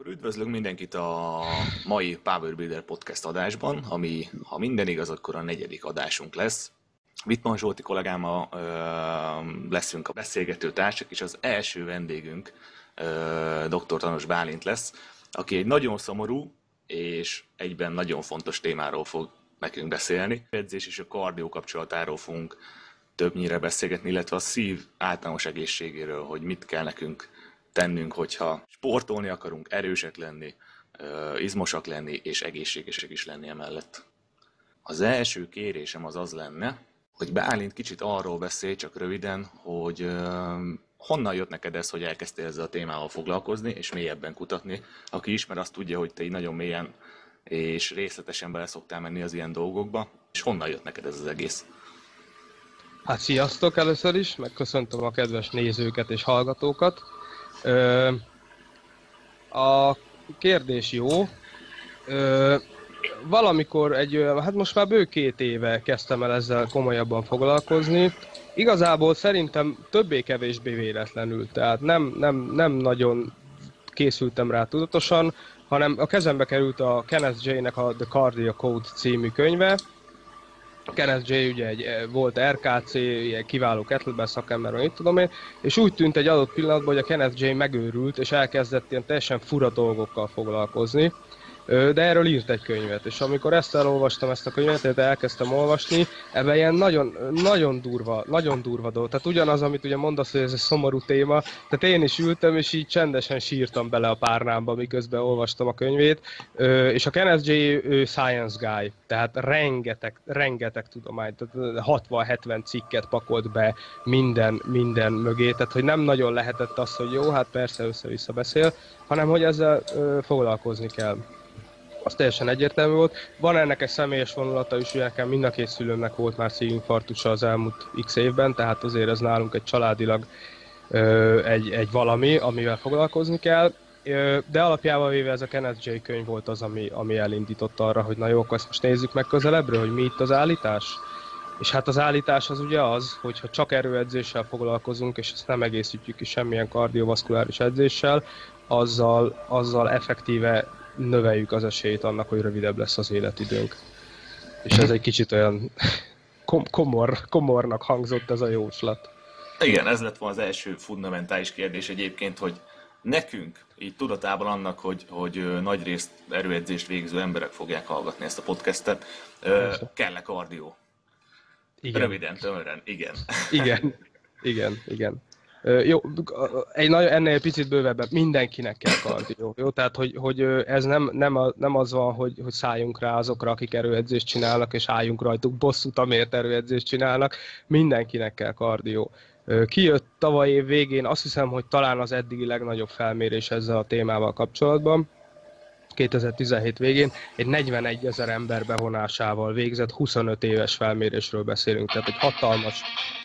Üdvözlök mindenkit a mai Power Builder Podcast adásban, ami, ha minden igaz, akkor a 4. adásunk lesz. Wittmann Zsolti kollégámmal leszünk a beszélgető társak, és az első vendégünk dr. Tanos Bálint lesz, aki egy nagyon szomorú és egyben nagyon fontos témáról fog nekünk beszélni. A edzés és a kardió kapcsolatáról fogunk többnyire beszélgetni, illetve a szív általános egészségéről, hogy mit kell nekünk tennünk, hogyha sportolni akarunk, erősek lenni, izmosak lenni és egészségesek is lenni emellett. Az első kérésem az lenne, hogy Bálint kicsit arról beszélj, csak röviden, hogy honnan jött neked ez, hogy elkezdtél ezzel a témával foglalkozni és mélyebben kutatni. Aki ismer, azt tudja, hogy te így nagyon mélyen és részletesen bele szoktál menni az ilyen dolgokba, és honnan jött neked ez az egész? Hát sziasztok először is, megköszöntöm a kedves nézőket és hallgatókat. A kérdés jó. Valamikor hát most már bő 2 éve kezdtem el ezzel komolyabban foglalkozni. Igazából szerintem többé-kevésbé véletlenül, tehát nem nagyon készültem rá tudatosan, hanem a kezembe került a Kenneth J-nek a The Cardio Code című könyve. Kenneth J ugye volt RKC, ilyen kiváló kettlebell szakember, vagy mit tudom én, és úgy tűnt egy adott pillanatban, hogy a Kenneth J megőrült, és elkezdett ilyen teljesen fura dolgokkal foglalkozni. De erről írt egy könyvet, és amikor elolvastam ezt a könyvet, elkezdtem olvasni, ebben ilyen nagyon durva dolog. Tehát ugyanaz, amit ugye mondasz, hogy ez egy szomorú téma, tehát én is ültem, és így csendesen sírtam bele a párnámba, miközben olvastam a könyvét. És a Kenneth J. Science Guy, tehát rengeteg tudomány, tehát 60-70 cikket pakolt be minden mögé, tehát hogy nem nagyon lehetett az, hogy jó, hát persze össze-vissza beszél, hanem hogy ezzel foglalkozni kell. Az teljesen egyértelmű volt. Van ennek egy személyes vonulata is, hogy nekem mind a 2 szülőmnek volt már szívinfarktusa az elmúlt x évben, tehát azért ez nálunk egy családilag egy valami, amivel foglalkozni kell. De alapjában véve ez a Kenneth J könyv volt az, ami elindított arra, hogy na jó, akkor ezt most nézzük meg közelebbről, hogy mi itt az állítás. És hát az állítás az ugye az, hogyha csak erőedzéssel foglalkozunk, és ezt nem egészítjük ki semmilyen kardiovaszkuláris edzéssel, azzal effektíve növeljük az esélyt annak, hogy rövidebb lesz az életidőnk. És ez egy kicsit olyan komornak hangzott ez a jóslat. Igen, ez lett volna az első fundamentális kérdés egyébként, hogy nekünk, így tudatában annak, hogy nagyrészt erőedzést végző emberek fogják hallgatni ezt a podcastet, kell-e kardió? Igen. Röviden, tömören, igen. Igen. Jó, ennél picit bővebben, mindenkinek kell kardió, jó? Tehát, hogy ez nem az van, hogy szálljunk rá azokra, akik erőedzést csinálnak, és álljunk rajtuk bosszút, amiért erőedzést csinálnak, mindenkinek kell kardió. Kijött tavaly év végén, azt hiszem, hogy talán az eddigi legnagyobb felmérés ezzel a témával kapcsolatban, 2017 végén egy 41 000 ember bevonásával végzett 25 éves felmérésről beszélünk, tehát egy hatalmas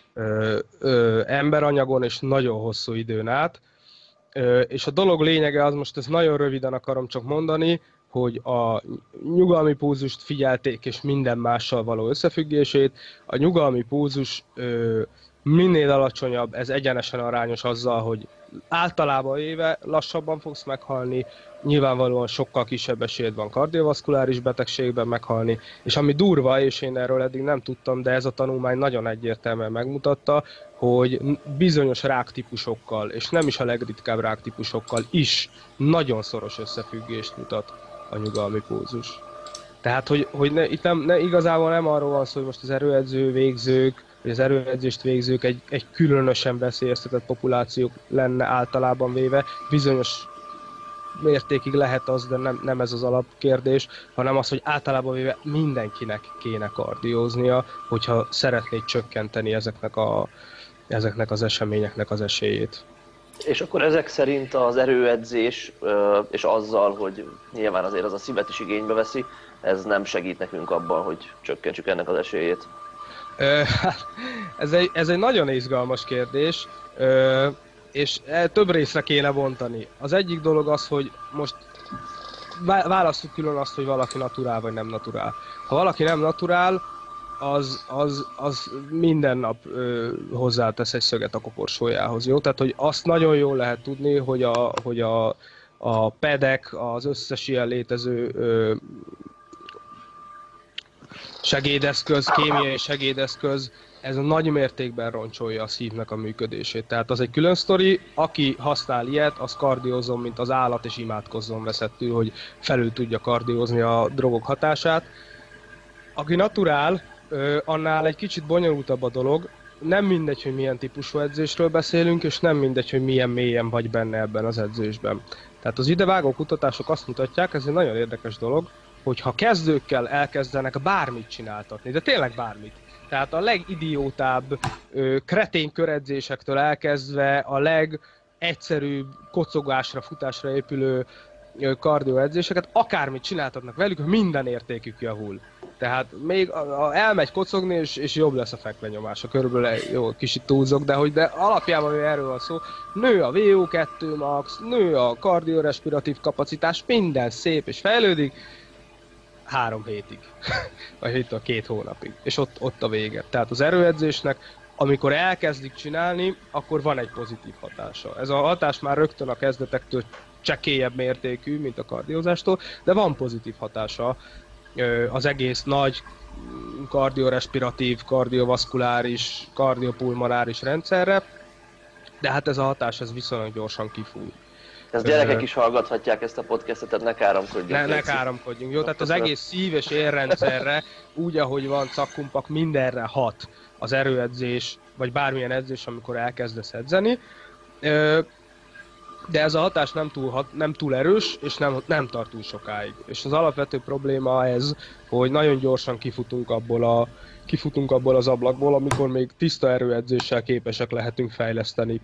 emberanyagon és nagyon hosszú időn át. És a dolog lényege az, most ezt nagyon röviden akarom csak mondani, hogy a nyugalmi pulzust figyelték és minden mással való összefüggését. A nyugalmi pulzus minél alacsonyabb, ez egyenesen arányos azzal, hogy általában éve lassabban fogsz meghalni, nyilvánvalóan sokkal kisebb esélyed van kardiovaszkuláris betegségben meghalni, és ami durva, és én erről eddig nem tudtam, de ez a tanulmány nagyon egyértelműen megmutatta, hogy bizonyos ráktípusokkal, és nem is a legritkább ráktípusokkal is nagyon szoros összefüggést mutat a nyugalmi pulzus. Tehát, hogy itt igazából nem arról van szó, hogy most az erőedző végzők, vagy az erőedzést végzők egy különösen veszélyeztetett populációk lenne általában véve. Bizonyos mértékig lehet az, de nem ez az alapkérdés, hanem az, hogy általában véve mindenkinek kéne kardióznia, hogyha szeretnék csökkenteni ezeknek az eseményeknek az esélyét. És akkor ezek szerint az erőedzés, és azzal, hogy nyilván azért az a szívet is igénybe veszi, ez nem segít nekünk abban, hogy csökkentsük ennek az esélyét? Ez egy nagyon izgalmas kérdés, és több részre kéne bontani. Az egyik dolog az, hogy most válasszuk külön azt, hogy valaki naturál vagy nem naturál. Ha valaki nem naturál, az minden nap hozzátesz egy szöget a koporsójához, jó? Tehát, hogy azt nagyon jól lehet tudni, hogy a pedek, az összes ilyen létező segédeszköz, kémiai segédeszköz, ez nagy mértékben roncsolja a szívnek a működését. Tehát az egy külön sztori, aki használ ilyet, az kardiózom, mint az állat, és imádkozzon veszettül, hogy felül tudja kardiózni a drogok hatását. Aki naturál, annál egy kicsit bonyolultabb a dolog, nem mindegy, hogy milyen típusú edzésről beszélünk, és nem mindegy, hogy milyen mélyen vagy benne ebben az edzésben. Tehát az idevágó kutatások azt mutatják, ez egy nagyon érdekes dolog, hogy ha kezdőkkel elkezdenek bármit csináltatni, de tényleg bármit, tehát a legidiótább kretén köredzésektől elkezdve a legegyszerűbb kocogásra, futásra épülő kardioedzéseket, akármit csináltatnak velük, minden értékük javul. Tehát még elmegy kocogni, és jobb lesz a fekvenyomása. Körülbelül jó, kicsit túlzok, de alapjában erről van szó. Nő a VO2 max, nő a kardiorespiratív kapacitás, minden szép és fejlődik 3 hétig, vagy itt a 2 hónapig, és ott a vége. Tehát az erőedzésnek, amikor elkezdik csinálni, akkor van egy pozitív hatása. Ez a hatás már rögtön a kezdetektől csekélyebb mértékű, mint a kardiózástól, de van pozitív hatása az egész nagy kardiorespiratív, kardiovaszkuláris, kardiopulmonáris rendszerre, de hát ez a hatás ez viszonylag gyorsan kifúj. Ezt gyerekek is hallgathatják ezt a podcastet, tehát ne káromkodjunk. Ne káromkodjunk, jó? Tehát az egész szív- és érrendszerre, úgy ahogy van szakkumpak, mindenre hat az erőedzés, vagy bármilyen edzés, amikor elkezdesz edzeni. De ez a hatás nem túl erős, és nem tart túl sokáig. És az alapvető probléma ez, hogy nagyon gyorsan kifutunk abból az ablakból, amikor még tiszta erőedzéssel képesek lehetünk fejleszteni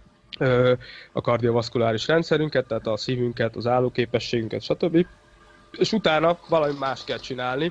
a kardiovaszkuláris rendszerünket, tehát a szívünket, az állóképességünket, stb. És utána valami más kell csinálni,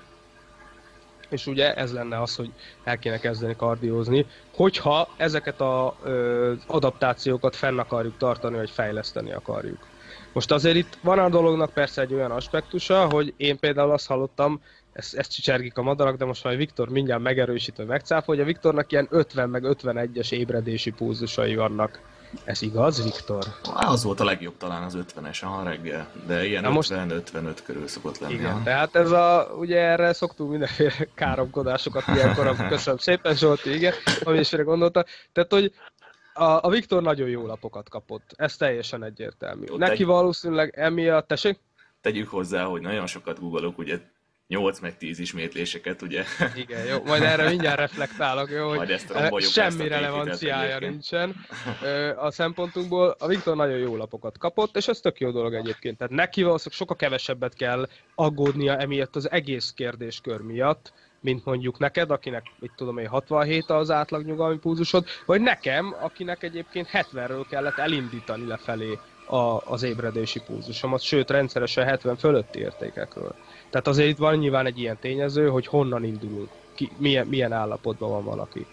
és ugye ez lenne az, hogy el kéne kezdeni kardiózni, hogyha ezeket az adaptációkat fenn akarjuk tartani, vagy fejleszteni akarjuk. Most azért itt van a dolognak persze egy olyan aspektusa, hogy én például azt hallottam, ezt csicsergik a madarak, de most majd Viktor mindjárt megerősít, vagy megcáfol, hogy a Viktornak ilyen 50 meg 51-es ébredési pulzusai vannak. Ez igaz, Viktor? Az volt a legjobb talán az 50-es a reggel, de ilyen 50-55 körül szokott lenni. Igen, tehát ez ugye erre szoktunk mindenféle káromkodásokat ilyenkor, köszönöm szépen Zsolti, igen, ami is gondolta. Tehát, hogy a Viktor nagyon jó lapokat kapott, ez teljesen egyértelmű. Jó, neki valószínűleg emiatt, tessék? Tegyük hozzá, hogy nagyon sokat googolok, ugye 8 meg 10 ismétléseket, ugye? Igen, jó, majd erre mindjárt reflektálok, jó, hogy semmi relevanciája nincsen a szempontunkból. A Viktor nagyon jó lapokat kapott, és ez tök jó dolog egyébként. Tehát neki valószínűleg sokkal kevesebbet kell aggódnia emiatt az egész kérdéskör miatt, mint mondjuk neked, akinek, mit tudom én, 67 az átlag nyugalmi pulzusod, vagy nekem, akinek egyébként 70-ről kellett elindítani lefelé az ébredési pulzusomat, sőt rendszeresen 70 fölötti értékekről. Tehát azért itt van nyilván egy ilyen tényező, hogy honnan indulunk, milyen állapotban van valaki.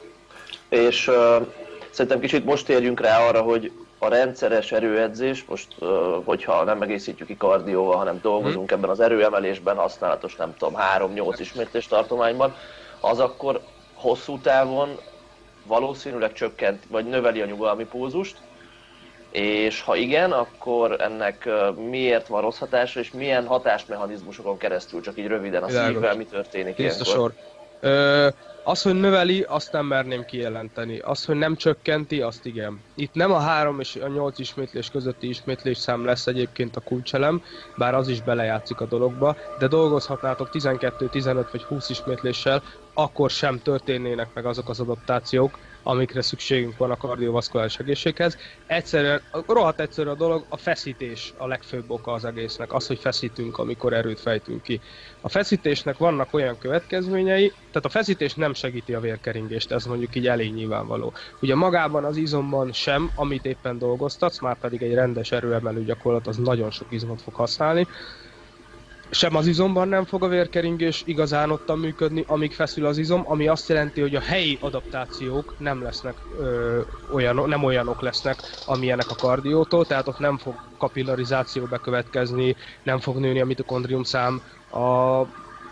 És szerintem kicsit most térjünk rá arra, hogy a rendszeres erőedzés, most hogyha nem egészítjük ki kardióval, hanem dolgozunk ebben az erőemelésben, használatos nem tudom 3-8 ismétlés tartományban, az akkor hosszú távon valószínűleg csökkent, vagy növeli a nyugalmi pulzust, és ha igen, akkor ennek miért van rossz hatása, és milyen hatásmechanizmusokon keresztül, csak így röviden a szívvel mi történik ilyenkor? Sor. Az, hogy növeli, azt nem merném kijelenteni. Az, hogy nem csökkenti, azt igen. Itt nem a 3 és a 8 ismétlés közötti ismétlésszám lesz egyébként a kulcselem, bár az is belejátszik a dologba, de dolgozhatnátok 12, 15 vagy 20 ismétléssel, akkor sem történnének meg azok az adaptációk, amikre szükségünk van a kardiovaszkuláris egészséghez. Rohadt egyszerű a dolog, a feszítés a legfőbb oka az egésznek, az, hogy feszítünk, amikor erőt fejtünk ki. A feszítésnek vannak olyan következményei, tehát a feszítés nem segíti a vérkeringést, ez mondjuk így elég nyilvánvaló. Ugye magában az izomban sem, amit éppen dolgoztatsz, már pedig egy rendes erőemelő gyakorlat az nagyon sok izmot fog használni, sem az izomban nem fog a vérkeringés igazán ottan működni, amíg feszül az izom, ami azt jelenti, hogy a helyi adaptációk nem lesznek nem olyanok lesznek, amilyenek a kardiótól, tehát ott nem fog kapillarizáció bekövetkezni, nem fog nőni a mitokondriumszám,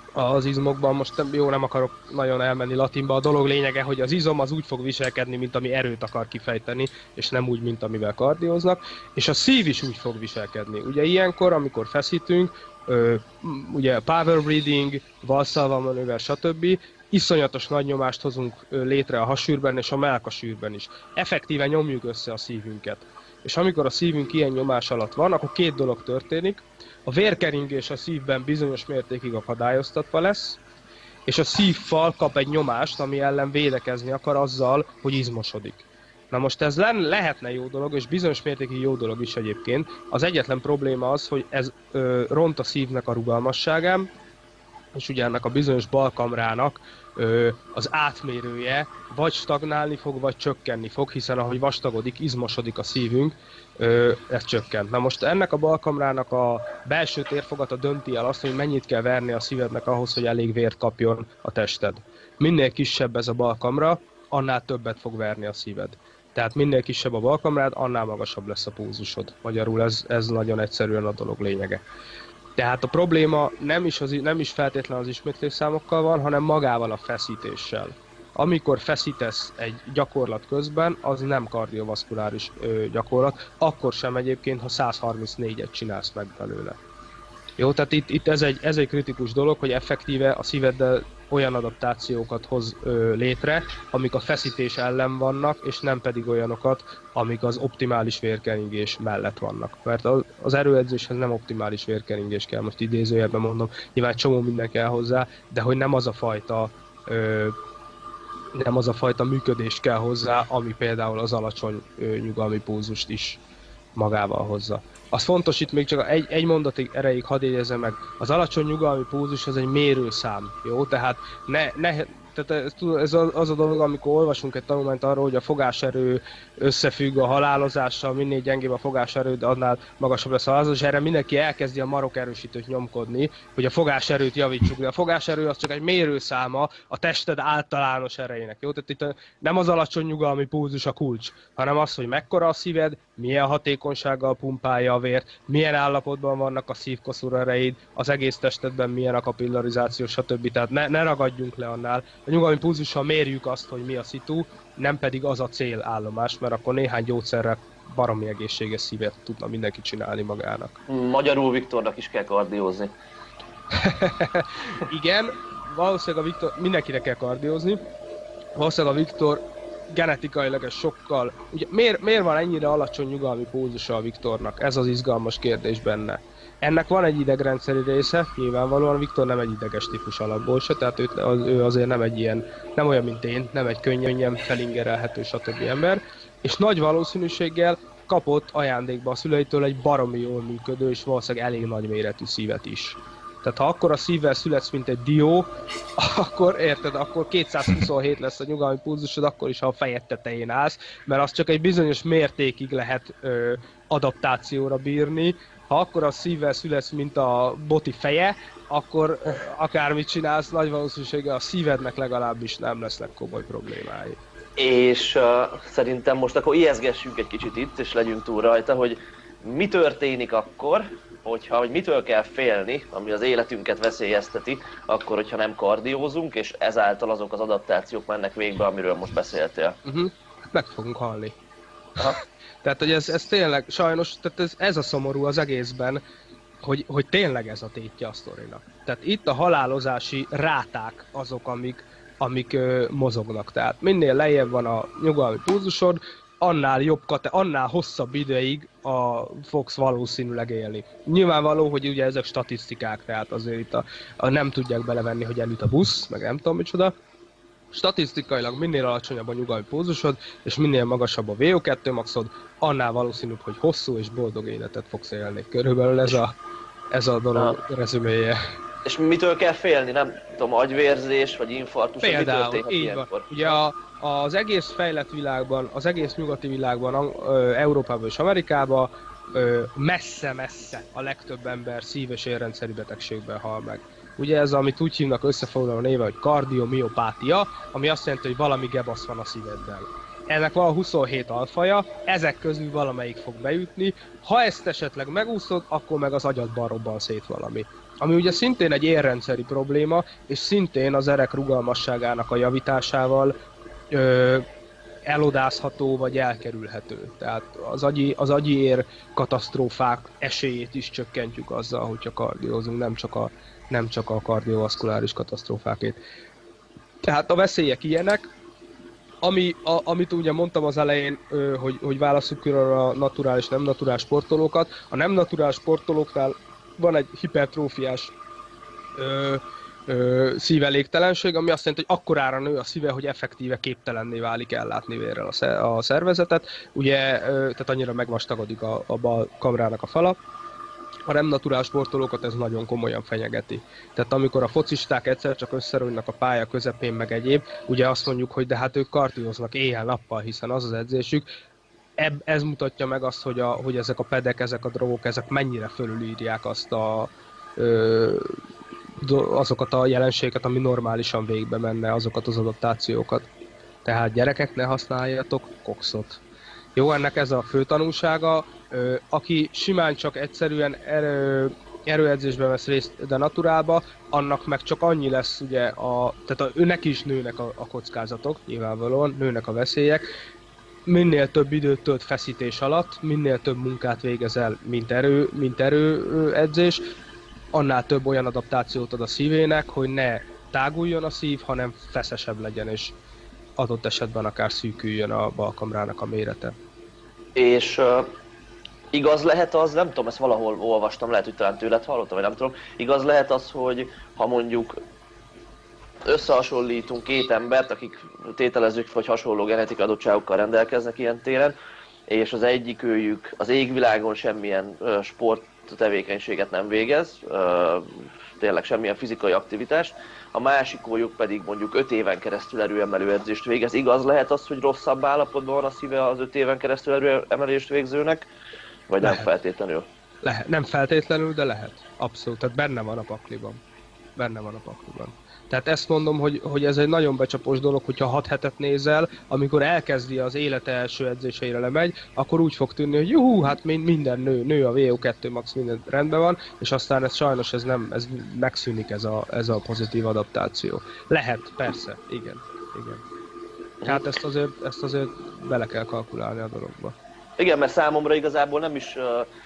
az izmokban. Most jó, nem akarok nagyon elmenni latinba, a dolog lényege, hogy az izom az úgy fog viselkedni, mint ami erőt akar kifejteni, és nem úgy, mint amivel kardióznak, és a szív is úgy fog viselkedni. Ugye ilyenkor, amikor feszítünk, ugye power breathing, valszalvamanőver, stb. Iszonyatos nagy nyomást hozunk létre a hasűrben és a mellkasűrben is. Effektíven nyomjuk össze a szívünket. És amikor a szívünk ilyen nyomás alatt van, akkor két dolog történik. A vérkeringés a szívben bizonyos mértékig akadályoztatva lesz, és a szívfal kap egy nyomást, ami ellen védekezni akar azzal, hogy izmosodik. Na most ez lehetne jó dolog, és bizonyos mértékig jó dolog is egyébként. Az egyetlen probléma az, hogy ez ront a szívnek a rugalmasságán, és ugye ennek a bizonyos balkamrának az átmérője vagy stagnálni fog, vagy csökkenni fog, hiszen ahogy vastagodik, izmosodik a szívünk, ez csökkent. Na most ennek a balkamrának a belső térfogata dönti el azt, hogy mennyit kell verni a szívednek ahhoz, hogy elég vért kapjon a tested. Minél kisebb ez a balkamra, annál többet fog verni a szíved. Tehát minél kisebb a balkamrád, annál magasabb lesz a pulzusod. Magyarul ez nagyon egyszerűen a dolog lényege. Tehát a probléma nem is feltétlenül az ismétlésszámokkal van, hanem magával a feszítéssel. Amikor feszítesz egy gyakorlat közben, az nem kardiovaszkuláris gyakorlat, akkor sem egyébként, ha 134-et csinálsz meg belőle. Jó, tehát itt ez egy kritikus dolog, hogy effektíve a szíveddel olyan adaptációkat hoz létre, amik a feszítés ellen vannak, és nem pedig olyanokat, amik az optimális vérkeringés mellett vannak. Mert az erőedzéshez nem optimális vérkeringés kell, most idézőjelben mondom, nyilván csomó minden kell hozzá, de hogy nem az a fajta működés kell hozzá, ami például az alacsony nyugalmi pulzust is magával hozza. Az fontos itt még csak egy mondatig erejéig hadd jegyezzem meg, az alacsony nyugalmi pulzus az egy mérőszám, jó? Tehát tehát ez az a dolog, amikor olvasunk egy tanulmányt arról, hogy a fogáserő összefügg a halálozással, minél gyengébb a fogáserő, de annál magasabb lesz a halálozás, és erre mindenki elkezdi a marokerősítőt nyomkodni, hogy a fogáserőt javítsuk, de a fogáserő az csak egy mérőszáma a tested általános erejének, jó? Tehát itt nem az alacsony nyugalmi pulzus a kulcs, hanem az, hogy mekkora a szíved, milyen hatékonysággal pumpálja a vért, milyen állapotban vannak a szívkoszorú ereid, az egész testedben milyen a kapillarizáció, stb. Tehát ne ragadjunk le annál. A nyugalmi pulzussal mérjük azt, hogy mi a szitu, nem pedig az a célállomás, mert akkor néhány gyógyszerrel baromi egészséges szívet tudna mindenki csinálni magának. Magyarul Viktornak is kell kardiózni. Igen, valószínűleg a Viktor, mindenkinek kell kardiózni, valószínűleg a Viktor genetikailag ez sokkal... Ugye, miért van ennyire alacsony nyugalmi pulzusa a Viktornak? Ez az izgalmas kérdés benne. Ennek van egy idegrendszeri része, nyilvánvalóan Viktor nem egy ideges típus alapból se, tehát ő azért nem egy ilyen, nem olyan, mint én, nem egy könnyen felingerelhető, stb. Ember, és nagy valószínűséggel kapott ajándékba a szüleitől egy baromi jól működő és valószínűleg elég nagy méretű szívet is. Tehát ha akkor a szívvel születsz, mint egy dió, akkor érted, akkor 227 lesz a nyugalmi pulzusod, akkor is, ha a fejed tetején állsz, mert az csak egy bizonyos mértékig lehet adaptációra bírni. Ha akkor a szívvel születsz, mint a boti feje, akkor akármit csinálsz, nagy valószínűséggel a szívednek legalábbis nem lesznek komoly problémái. És szerintem most akkor ijeszgessünk egy kicsit itt, és legyünk túl rajta, hogy mi történik akkor, hogy mitől kell félni, ami az életünket veszélyezteti, akkor, hogyha nem kardiózunk, és ezáltal azok az adaptációk mennek végbe, amiről most beszéltél. Meg fogunk halni. Tehát, hogy ez tényleg, sajnos, tehát ez a szomorú az egészben, hogy tényleg ez a tétje a sztorinak. Tehát itt a halálozási ráták azok, amik mozognak. Tehát minél lejjebb van a nyugalmi pulzusod, annál jobb, annál hosszabb ideig fogsz valószínűleg élni. Nyilvánvaló, hogy ugye ezek statisztikák, tehát azért itt nem tudják belevenni, hogy elüt a busz, meg nem tudom micsoda. Statisztikailag minél alacsonyabb a nyugalmi pulzusod, és minél magasabb a VO2 maxod, annál valószínűbb, hogy hosszú és boldog életet fogsz élni. Körülbelül ez a dolog rezüméje. És mitől kell félni? Nem tudom, agyvérzés vagy infarktus? Például, így van. Ugye az egész fejlett világban, az egész nyugati világban, Európában és Amerikában messze-messze a legtöbb ember szív- és érrendszeri betegségben hal meg. Ugye ez, amit úgy hívnak összefoglaló néve, hogy kardiomiopátia, ami azt jelenti, hogy valami gebasz van a szíveddel. Ennek van 27 alfaja, ezek közül valamelyik fog beütni, ha ezt esetleg megúszod, akkor meg az agyadban robban szét valami. ami ugye szintén egy érrendszeri probléma, és szintén az erek rugalmasságának a javításával elodázható vagy elkerülhető. Tehát az agyi ér katasztrófák esélyét is csökkentjük azzal, hogyha kardiózunk, nem csak a kardiovaszkuláris katasztrófákét. Tehát a veszélyek ilyenek. Amit ugye mondtam az elején, hogy válasszuk külön a naturális, nem naturális sportolókat. A nem naturális sportolóknál van egy hipertrófiás szívelégtelenség, ami azt jelenti, hogy akkorára nő a szíve, hogy effektíve képtelenné válik ellátni vérrel a szervezetet. Ugye, tehát annyira megvastagodik a bal kamrának a fala. A nem naturális sportolókat ez nagyon komolyan fenyegeti. Tehát amikor a focisták egyszer csak összerújnak a pálya közepén meg egyéb, ugye azt mondjuk, hogy de hát ők kardióznak éjjel-nappal, hiszen az aedzésük. Ez mutatja meg azt, hogy ezek a pedek, ezek a drogok, ezek mennyire fölülírják azokat a jelenségeket, ami normálisan végbe menne, azokat az adaptációkat. Tehát gyerekek, ne használjatok kokszot. Jó, ennek ez a fő tanulsága. Aki simán csak egyszerűen erőedzésben vesz részt, de naturálba, annak meg csak annyi lesz, ugye, tehát őnek is nőnek a kockázatok, nyilvánvalóan, nőnek a veszélyek. Minél több időt tölt feszítés alatt, minél több munkát végez el, mint erőedzés, annál több olyan adaptációt ad a szívének, hogy ne táguljon a szív, hanem feszesebb legyen, és adott esetben akár szűküljön a balkamrának a mérete. És igaz lehet az, nem tudom, ezt valahol olvastam, lehet, hogy talán tőled hallottam, vagy nem tudom, igaz lehet az, hogy ha mondjuk összehasonlítunk két embert, akik tételezzük, hogy hasonló genetikai adottságokkal rendelkeznek ilyen téren, és az egyik őjük az égvilágon semmilyen sport tevékenységet nem végez, tényleg semmilyen fizikai aktivitást, a másikójuk pedig mondjuk 5 éven keresztül erőemelő edzést végez. Igaz lehet az, hogy rosszabb állapotban van a szíve az 5 éven keresztül erőemelést végzőnek, vagy lehet. Nem feltétlenül? Lehet. Nem feltétlenül, de lehet. Abszolút. Tehát benne van a pakliban. Tehát ezt mondom, hogy ez egy nagyon becsapós dolog, hogyha 6 hetet nézel, amikor elkezdi az élete első edzéseire lemegy, akkor úgy fog tűnni, hogy juhú, hát minden nő a VO2 max, minden rendben van, és aztán ez sajnos ez megszűnik ez a pozitív adaptáció. Lehet, persze, igen. Hát ezt azért bele kell kalkulálni a dologba. Igen, mert számomra igazából nem is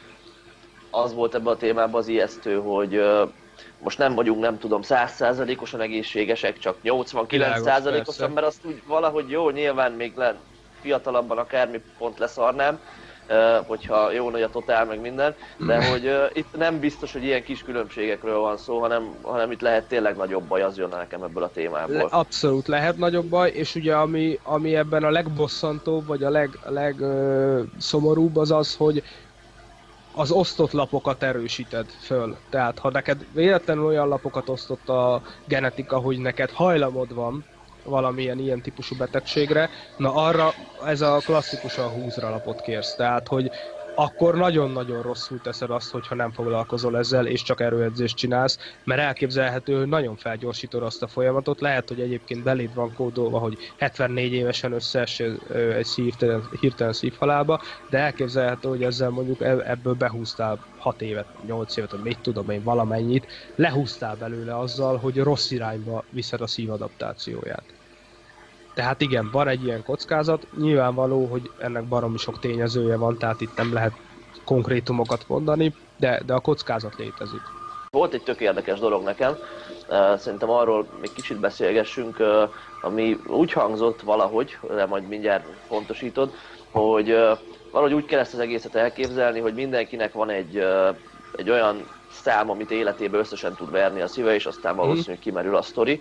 az volt ebben a témában az ijesztő, hogy most nem vagyunk, nem tudom, 100%-osan egészségesek, csak 89%-osan, mert azt úgy valahogy jó, nyilván még fiatalabban akármi pont leszarnám, hogyha jó nagy a totál, meg minden, de hogy itt nem biztos, hogy ilyen kis különbségekről van szó, hanem itt lehet tényleg nagyobb baj, az jön nekem ebből a témából. Abszolút lehet nagyobb baj, és ugye ami ebben a legbosszantóbb, vagy a legszomorúbb az, hogy az osztott lapokat erősíted föl. Tehát ha neked véletlenül olyan lapokat osztott a genetika, hogy neked hajlamod van valamilyen ilyen típusú betegségre, na arra ez a klasszikusan 20 lapot kérsz. Tehát, hogy akkor nagyon-nagyon rosszul teszed azt, hogyha nem foglalkozol ezzel, és csak erőedzést csinálsz, mert elképzelhető, hogy nagyon felgyorsítod azt a folyamatot. Lehet, hogy egyébként beléd van kódolva, hogy 74 évesen összeessél egy hirtelen szívhalálba, de elképzelhető, hogy ezzel mondjuk ebből behúztál 6 évet, 8 évet, vagy mit tudom én, valamennyit, lehúztál belőle azzal, hogy rossz irányba viszed a szívadaptációját. Tehát igen, van egy ilyen kockázat, nyilvánvaló, hogy ennek baromi sok tényezője van, tehát itt nem lehet konkrétumokat mondani, de a kockázat létezik. Volt egy tök érdekes dolog nekem, szerintem arról még kicsit beszélgessünk, ami úgy hangzott valahogy, de majd mindjárt pontosítod, hogy valahogy úgy kell ezt az egészet elképzelni, hogy mindenkinek van egy olyan szám, amit életében összesen tud verni a szíve, és aztán valószínűleg kimerül a sztori,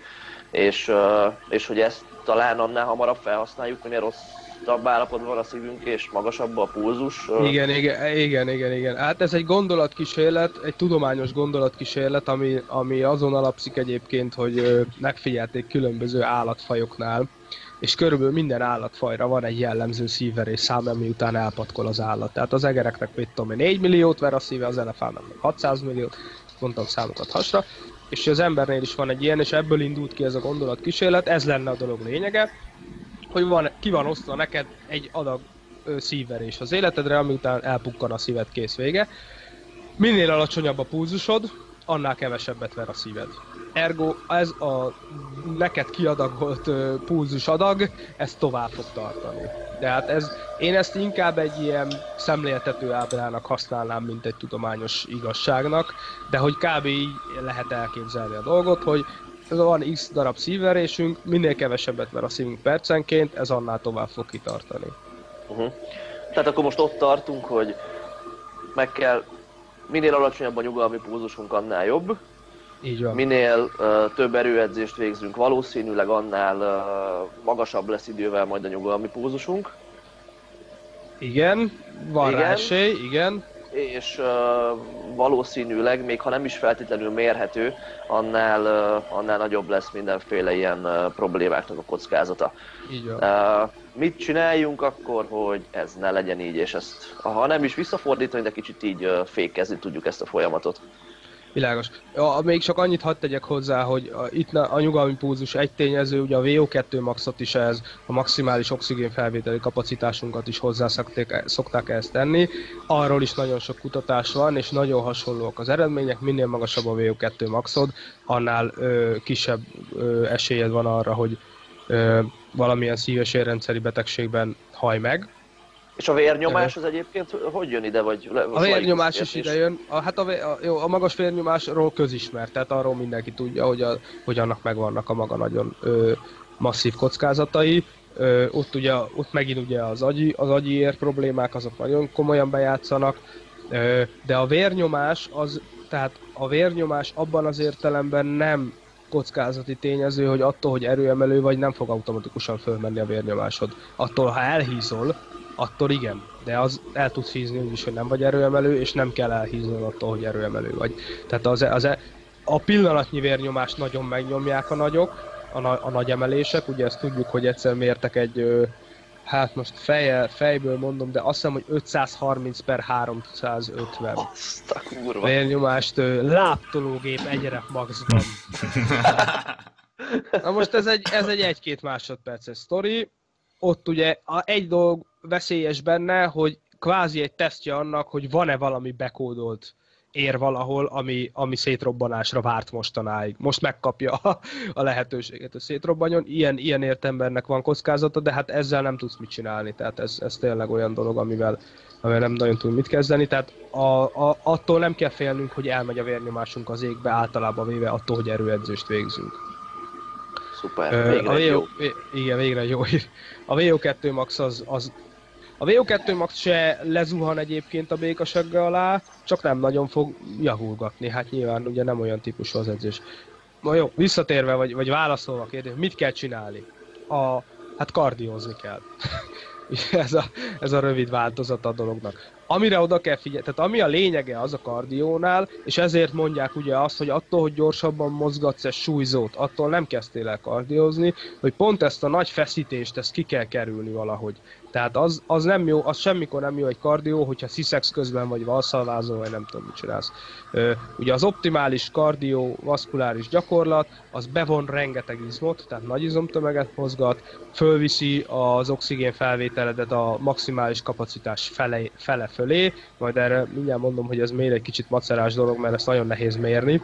és hogy ezt talán annál hamarabb felhasználjuk, minél rosszabb állapotban van a szívünk, és magasabb a pulzus. Igen. Hát ez egy gondolatkísérlet, egy tudományos gondolatkísérlet, ami azon alapszik egyébként, hogy megfigyelték különböző állatfajoknál, és körülbelül minden állatfajra van egy jellemző szívverés szám, ami után elpatkol az állat. Tehát az egereknek, mit tudom én, 4 milliót ver a szíve, az elefántnak 600 milliót, mondtam számokat hasra, és az embernél is van egy ilyen, és ebből indult ki ez a gondolatkísérlet, ez lenne a dolog lényege, hogy ki van osztva neked egy adag szívverés az életedre, ami után elpukkan a szíved, kész, vége. Minél alacsonyabb a pulzusod, annál kevesebbet ver a szíved. Ergo ez a neked kiadagolt pulzus adag, ez tovább fog tartani. Tehát én ezt inkább egy ilyen szemléltető ábrának használnám, mint egy tudományos igazságnak, de hogy kb. Így lehet elképzelni a dolgot, hogy van x darab szívverésünk, minél kevesebbet ver a szívünk percenként, ez annál tovább fog kitartani. Tehát akkor most ott tartunk, hogy meg kell, minél alacsonyabb a nyugalmi pulzusunk, annál jobb. Így van. Minél több erőedzést végzünk, valószínűleg annál magasabb lesz idővel majd a nyugalmi pulzusunk. Igen, van rá esély, igen. És valószínűleg, még ha nem is feltétlenül mérhető, annál nagyobb lesz mindenféle ilyen problémáknak a kockázata. Így van. Mit csináljunk akkor, hogy ez ne legyen így, és ezt, ha nem is visszafordítani, de kicsit így fékezni tudjuk ezt a folyamatot? Világos. Még csak annyit hadd tegyek hozzá, hogy itt a nyugalmi pulzus egy tényező, ugye a VO2 maxot is ez, a maximális oxigénfelvételi kapacitásunkat is hozzá szokták ezt tenni. Arról is nagyon sok kutatás van, és nagyon hasonlóak az eredmények, minél magasabb a VO2 maxod, annál kisebb esélyed van arra, hogy valamilyen szív- és érrendszeri betegségben haj meg. És a vérnyomás az egyébként hogy jön ide? Vagy a vérnyomás is ide jön. A magas vérnyomásról közismert, tehát arról mindenki tudja, hogy annak megvannak a maga nagyon masszív kockázatai. Ott megint ugye az agyi ér problémák, azok nagyon komolyan bejátszanak, de a vérnyomás abban az értelemben nem kockázati tényező, hogy attól, hogy erőemelő vagy, nem fog automatikusan fölmenni a vérnyomásod. Attól, ha elhízol, attól igen, de az el tudsz hízni úgyis, hogy nem vagy erőemelő, és nem kell elhíznod attól, hogy erőemelő vagy. Tehát a pillanatnyi vérnyomást nagyon megnyomják a nagyok, a nagy emelések, ugye ezt tudjuk, hogy egyszer mértek egy, hát most fejből mondom, de azt hiszem, hogy 530/350 vérnyomást láptológép egyre maxban. Na most ez egy 1-2 másodperces sztori. Ott ugye egy dolog veszélyes benne, hogy kvázi egy tesztje annak, hogy van-e valami bekódolt ér valahol, ami szétrobbanásra várt mostanáig. Most megkapja a lehetőséget, hogy szétrobbanjon. Ilyen értembernek van kockázata, de hát ezzel nem tudsz mit csinálni. Tehát ez tényleg olyan dolog, amivel nem nagyon tud mit kezdeni. Tehát attól nem kell félnünk, hogy elmegy a vérnyomásunk az égbe, általában véve attól, hogy erőedzést végzünk. Szuper, végre jó. Igen, végre jó. A VO2 max a VO2 max se lezuhan egyébként a békasegge alá, csak nem nagyon fog javulgatni. Hát nyilván ugye nem olyan típusú az edzés. Na jó, visszatérve, vagy válaszolva a kérdés, mit kell csinálni? Hát kardiózni kell. ez a rövid változata a dolognak. Amire oda kell figyelni, tehát ami a lényege az a kardiónál, és ezért mondják ugye azt, hogy attól, hogy gyorsabban mozgatsz egy súlyzót, attól nem kezdtél el kardiózni, hogy pont ezt a nagy feszítést, ezt ki kell kerülni valahogy. Tehát az nem jó, az semmikor nem jó egy kardió, hogyha sziszegsz közben, vagy valszalvázol, vagy nem tudom, mit csinálsz. Ugye az optimális kardiovaszkuláris gyakorlat, az bevon rengeteg izmot, tehát nagy izomtömeget mozgat, fölviszi az oxigén felvételedet a maximális kapacitás fele fölé, majd erre mindjárt mondom, hogy ez még egy kicsit macerás dolog, mert ezt nagyon nehéz mérni.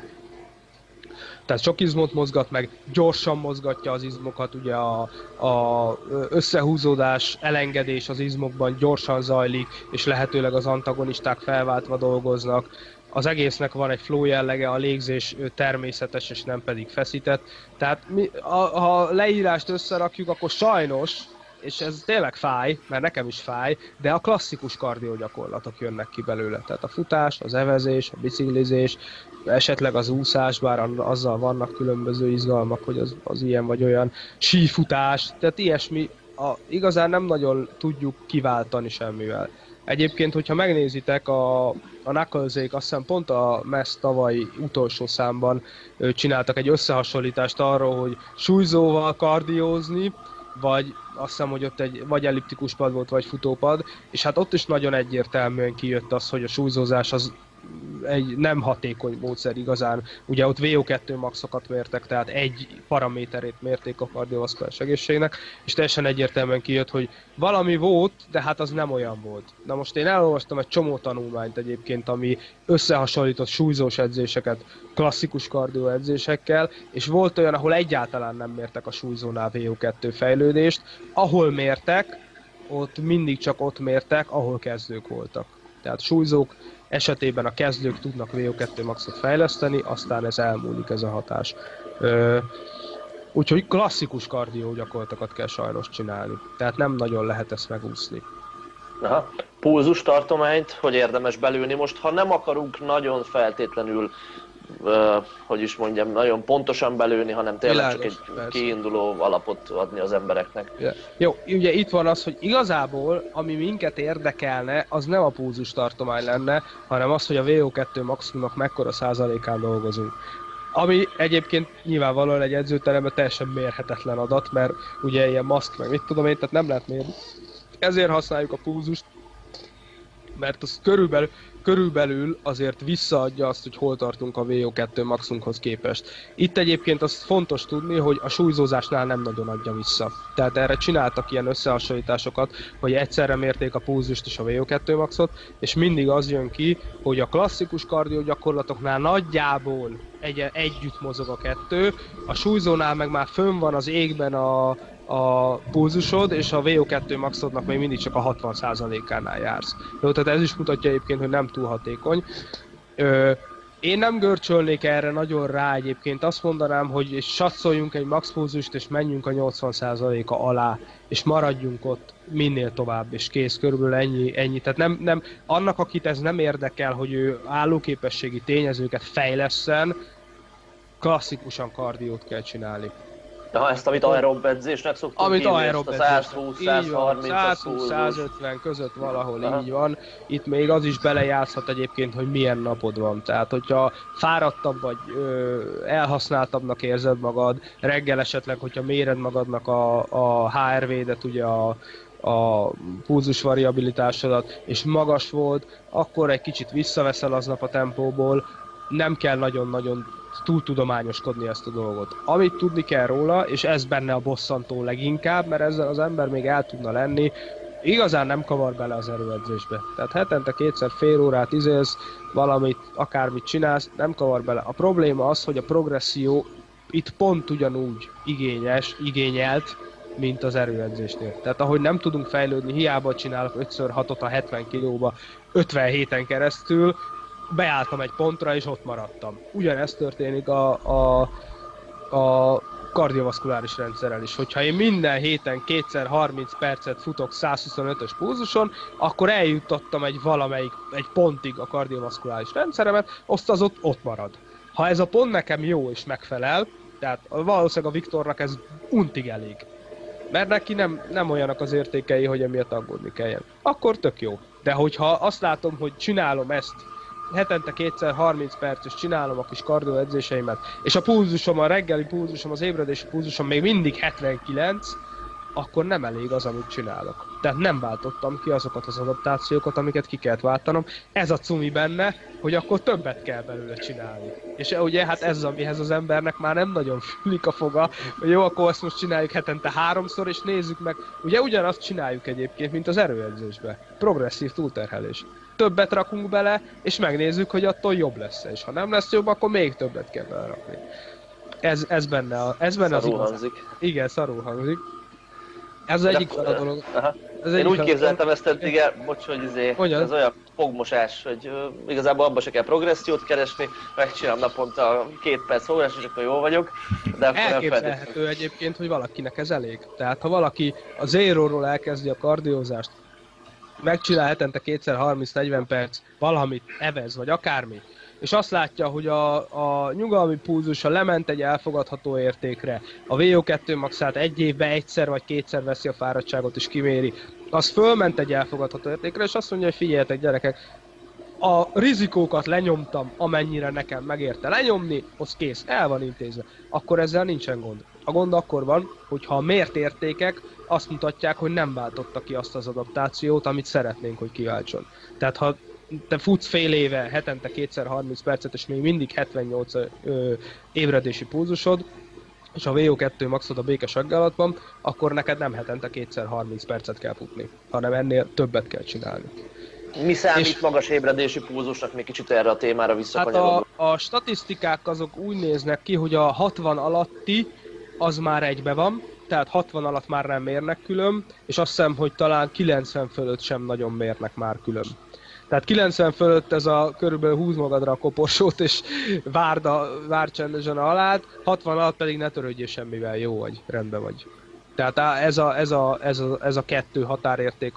Tehát sok izmot mozgat meg, gyorsan mozgatja az izmokat, ugye a összehúzódás, elengedés az izmokban gyorsan zajlik, és lehetőleg az antagonisták felváltva dolgoznak. Az egésznek van egy flow jellege, a légzés természetes és nem pedig feszített. Tehát ha leírást összerakjuk, akkor sajnos, és ez tényleg fáj, mert nekem is fáj, de a klasszikus kardiogyakorlatok jönnek ki belőle. Tehát a futás, az evezés, a biciklizés, esetleg az úszás, bár azzal vannak különböző izgalmak, hogy az ilyen vagy olyan, sífutás, tehát ilyesmi, igazán nem nagyon tudjuk kiváltani semmivel. Egyébként, hogyha megnézitek, a Knuckles-ék, azt hiszem pont a MESZ tavalyi utolsó számban csináltak egy összehasonlítást arról, hogy súlyzóval kardiózni, vagy azt hiszem, hogy ott vagy elliptikus pad volt, vagy futópad, és hát ott is nagyon egyértelműen kijött az, hogy a súlyzózás az egy nem hatékony módszer igazán. Ugye ott VO2 maxokat mértek, tehát egy paraméterét mérték a kardiovaszkuláris egészségnek, és teljesen egyértelműen kijött, hogy valami volt, de hát az nem olyan volt. Na most én elolvastam egy csomó tanulmányt egyébként, ami összehasonlított súlyzós edzéseket klasszikus kardió edzésekkel, és volt olyan, ahol egyáltalán nem mértek a súlyzónál VO2 fejlődést, ahol mértek, ott mindig csak ott mértek, ahol kezdők voltak. Tehát súlyzók esetében a kezdők tudnak VO2 maxot fejleszteni, aztán ez elmúlik ez a hatás. Úgyhogy klasszikus kardió gyakorlatokat kell sajnos csinálni. Tehát nem nagyon lehet ezt megúszni. Aha. Pulzus tartományt, hogy érdemes belőni most, ha nem akarunk nagyon feltétlenül, hogy is mondjam, nagyon pontosan belőni, hanem tényleg csak egy kiinduló alapot adni az embereknek. Yeah. Jó, ugye itt van az, hogy igazából, ami minket érdekelne, az nem a pulzus tartomány lenne, hanem az, hogy a VO2 maximumnak mekkora százalékán dolgozunk. Ami egyébként nyilvánvalóan egy edzőteremben teljesen mérhetetlen adat, mert ugye ilyen maszk, meg mit tudom én, tehát nem lehet mérni. Ezért használjuk a pulzust, mert az körülbelül azért visszaadja azt, hogy hol tartunk a VO2 maximunkhoz képest. Itt egyébként az fontos tudni, hogy a súlyzózásnál nem nagyon adja vissza. Tehát erre csináltak ilyen összehasonlításokat, hogy egyszerre mérték a pulzust és a VO2 maxot, és mindig az jön ki, hogy a klasszikus kardió gyakorlatoknál nagyjából együtt mozog a kettő, a súlyzónál meg már fönn van az égben a pulzusod, és a VO2 maxodnak még mindig csak a 60%-ánál jársz. Jó, tehát ez is mutatja egyébként, hogy nem túl hatékony. Én nem görcsölnék erre nagyon rá egyébként, azt mondanám, hogy satszoljunk egy max pulzust, és menjünk a 80%-a alá, és maradjunk ott minél tovább, és kész, körülbelül ennyi. Tehát nem, annak, akit ez nem érdekel, hogy ő állóképességi tényezőket fejlesszen, klasszikusan kardiót kell csinálni. Ja, ezt, amit aerob edzésnek szoktunk hívni, ezt a 120, 130, 150 között valahol így van. Itt még az is belejátszhat egyébként, hogy milyen napod van. Tehát, hogyha fáradtabb vagy, elhasználtabbnak érzed magad, reggel esetleg, hogyha méred magadnak a HRV-det, ugye a pulzus variabilitásodat, és magas volt, akkor egy kicsit visszaveszel aznap a tempóból, nem kell nagyon-nagyon túl tudományoskodni ezt a dolgot. Amit tudni kell róla, és ez benne a bosszantó leginkább, mert ezzel az ember még el tudna lenni, igazán nem kavar bele az erőedzésbe. Tehát hetente kétszer fél órát izélsz, valamit, akármit csinálsz, nem kavar bele. A probléma az, hogy a progresszió itt pont ugyanúgy igényelt, mint az erőedzésnél. Tehát ahogy nem tudunk fejlődni, hiába csinálok 5x6-ot a 70 kilóba 50 héten keresztül, beálltam egy pontra, és ott maradtam. Ugyanezt történik a kardiovaszkuláris rendszerrel is. Hogyha én minden héten 2x30 percet futok 125-ös pulzuson, akkor eljutottam egy pontig a kardiovaszkuláris rendszeremet, az ott marad. Ha ez a pont nekem jó és megfelel, tehát valószínűleg a Viktornak ez untig elég. Mert neki nem olyanak az értékei, hogy emiatt aggódni kelljen. Akkor tök jó. De hogyha azt látom, hogy csinálom ezt, hetente 2x30 perces csinálom a kis kardió edzéseimet, és a pulzusom, a reggeli pulzusom, az ébredési pulzusom még mindig 79, akkor nem elég az, amit csinálok. Tehát nem váltottam ki azokat az adaptációkat, amiket ki kellett váltanom. Ez a cumi benne, hogy akkor többet kell belőle csinálni. És ugye hát ez, amihez az embernek már nem nagyon fűlik a foga, hogy jó, akkor ezt most csináljuk hetente 3-szor, és nézzük meg. Ugye ugyanazt csináljuk egyébként, mint az erőedzésbe. Progresszív túlterhelés. Többet rakunk bele, és megnézzük, hogy attól jobb lesz. És ha nem lesz jobb, akkor még többet kell belerakni. Ez benne az igaz. Igen, szarul hangzik. Ez az egyik a dolog. Én úgy képzeltem ezt eddig, bocs, hogy ez olyan fogmosás, hogy igazából abban se kell progressziót keresni, megcsinálom naponta 2 perc fogás, és akkor jól vagyok. De akkor elképzelhető egyébként, hogy valakinek ez elég. Tehát ha valaki a zéróról elkezdi a kardiózást, megcsinál hetente 2x30-40 perc valamit, evez vagy akármi, és azt látja, hogy a nyugalmi pulzusa lement egy elfogadható értékre, a VO2 maxát egy évben egyszer vagy kétszer veszi a fáradtságot és kiméri, az fölment egy elfogadható értékre, és azt mondja, hogy figyeljetek gyerekek, a rizikókat lenyomtam, amennyire nekem megérte lenyomni, az kész, el van intézve. Akkor ezzel nincsen gond. A gond akkor van, hogyha a mért értékek azt mutatják, hogy nem váltotta ki azt az adaptációt, amit szeretnénk, hogy kiváltson. Tehát ha te futsz fél éve, hetente 2x30 percet, és még mindig 78 ébredési pulzusod, és a VO2 maxod a békés aggálat van, akkor neked nem hetente 2x30 percet kell futni, hanem ennél többet kell csinálni. Mi számít magas ébredési pulzusnak, még kicsit erre a témára visszakanyarodva? Hát a statisztikák azok úgy néznek ki, hogy a 60 alatti az már egybe van, tehát 60 alatt már nem mérnek külön, és azt hiszem, hogy talán 90 fölött sem nagyon mérnek már külön. Tehát 90 fölött ez a körülbelül húz magadra a koporsót, és várd csendesen a halált, 60 alatt pedig ne törődjél semmivel, jó vagy, rendben vagy. Tehát ez a kettő határérték,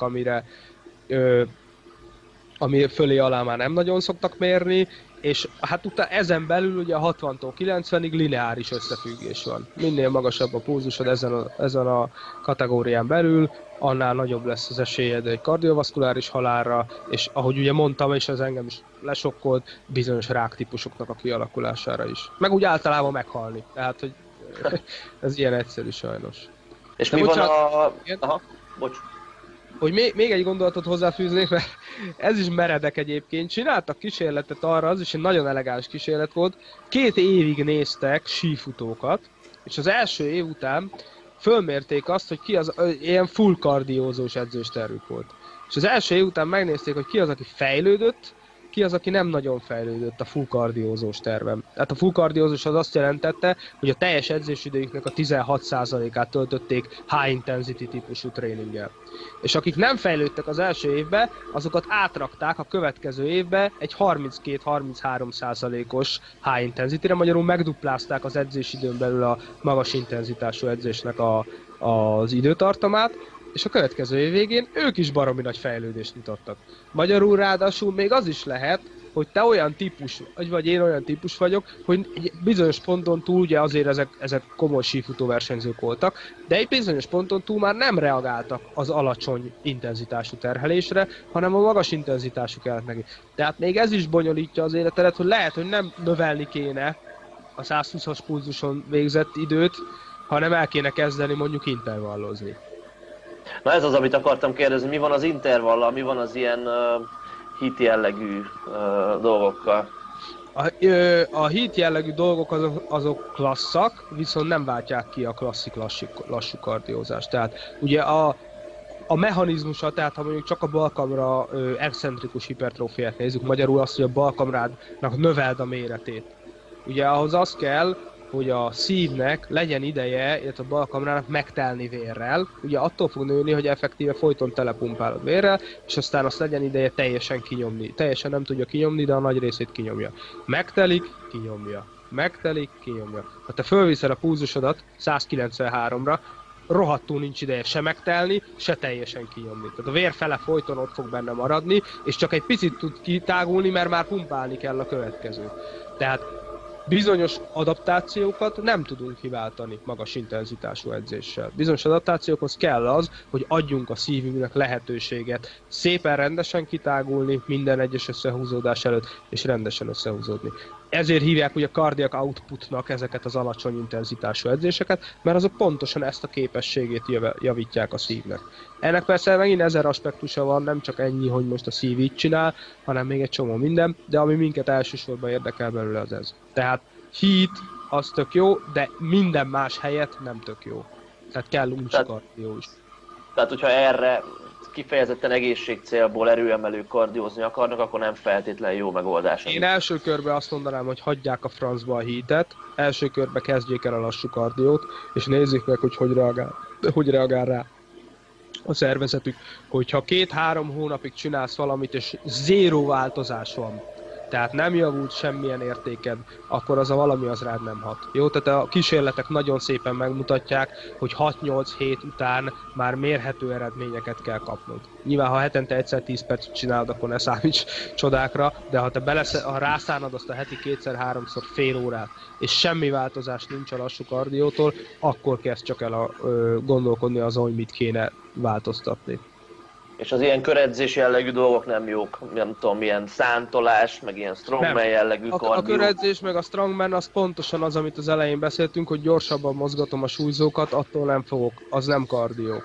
ami fölé alá már nem nagyon szoktak mérni, és hát utána ezen belül ugye 60-tól 90-ig lineáris összefüggés van. Minél magasabb a pulzusod ezen a kategórián belül, annál nagyobb lesz az esélyed egy kardiovaszkuláris halálra, és ahogy ugye mondtam, és ez engem is lesokkolt, bizonyos ráktípusoknak a kialakulására is. Meg úgy általában meghalni. Tehát, hogy ez ilyen egyszerű sajnos. És de mi bocsánat, van a... Aha, bocs. Hogy még egy gondolatot hozzáfűznék, mert ez is meredek egyébként. Csináltak kísérletet arra, az is egy nagyon elegáns kísérlet volt. 2 évig néztek sífutókat, és az első év után fölmérték azt, hogy ki az, ilyen full kardiózós edzős tervük volt. És az első év után megnézték, hogy ki az, aki fejlődött, ki az, aki nem nagyon fejlődött a full kardiózós tervem. Tehát a full kardiózós az azt jelentette, hogy a teljes edzésidőjüknek a 16%-át töltötték high intensity típusú tréninggel. És akik nem fejlődtek az első évben, azokat átrakták a következő évbe egy 32-33%-os high intensity-re, magyarul megduplázták az edzésidőn belül a magas intenzitású edzésnek az időtartamát, és a következő év végén ők is baromi nagy fejlődést mutattak. Magyarul ráadásul még az is lehet, hogy te olyan típus, vagy én olyan típus vagyok, hogy egy bizonyos ponton túl, ugye azért ezek komoly sífutó versenyzők voltak, de egy bizonyos ponton túl már nem reagáltak az alacsony intenzitású terhelésre, hanem a magas intenzitású kellett neki. Tehát még ez is bonyolítja az életedet, hogy lehet, hogy nem növelni kéne a 120-as pulzuson végzett időt, hanem el kéne kezdeni mondjuk intervallozni. Na ez az, amit akartam kérdezni, mi van az intervallal, mi van az ilyen HIIT jellegű dolgokkal? A HIIT jellegű dolgok azok klasszak, viszont nem váltják ki a klasszik lassú kardiózást. Tehát ugye a mechanizmusa, tehát ha mondjuk csak a balkamra excentrikus hipertrófiát nézzük, magyarul azt, hogy a balkamrádnak növeld a méretét. Ugye ahhoz az kell, hogy a szívnek legyen ideje, illetve a balkamrának megtelni vérrel. Ugye attól fog nőni, hogy effektíve folyton telepumpálod vérrel, és aztán azt legyen ideje teljesen kinyomni. Teljesen nem tudja kinyomni, de a nagy részét kinyomja. Megtelik, kinyomja. Megtelik, kinyomja. Ha te fölviszed a pulzusodat 193-ra, rohadtul nincs ideje se megtelni, se teljesen kinyomni. Tehát a vér fele folyton ott fog benne maradni, és csak egy picit tud kitágulni, mert már pumpálni kell a következő. Tehát bizonyos adaptációkat nem tudunk kiváltani magas intenzitású edzéssel. Bizonyos adaptációkhoz kell az, hogy adjunk a szívünknek lehetőséget szépen rendesen kitágulni minden egyes összehúzódás előtt, és rendesen összehúzódni. Ezért hívják ugye cardiac outputnak ezeket az alacsony intenzitású edzéseket, mert azok pontosan ezt a képességét javítják a szívnek. Ennek persze megint 1000 aspektusa van, nem csak ennyi, hogy most a szív így csinál, hanem még egy csomó minden, de ami minket elsősorban érdekel belőle az ez. Tehát HIIT az tök jó, de minden más helyett nem tök jó. Tehát kell kardió is. Tehát hogyha erre kifejezetten egészségcélból erőemelő kardiózni akarnak, akkor nem feltétlenül jó megoldás. Én első körben azt mondanám, hogy hagyják a francba a HIIT-et, első körben kezdjék el a lassú kardiót, és nézzék meg, hogy reagál rá a szervezetük. Hogyha 2-3 hónapig csinálsz valamit, és zéró változás van, tehát nem javult semmilyen értéked, akkor az a valami az rád nem hat. Jó, tehát a kísérletek nagyon szépen megmutatják, hogy 6-8 hét után már mérhető eredményeket kell kapnod. Nyilván, ha hetente egyszer 10 percet csinálod, akkor ne számíts csodákra, de ha te ha rászánod azt a heti 2-3-szor fél órát, és semmi változás nincs a lassú kardiótól, akkor kezd csak el gondolkodni azon, hogy mit kéne változtatni. És az ilyen köredzés jellegű dolgok nem jók, nem tudom, milyen szántolás, meg ilyen strongman jellegű kardió. A köredzés meg a strongman az pontosan az, amit az elején beszéltünk, hogy gyorsabban mozgatom a súlyzókat, attól nem fogok, az nem kardió.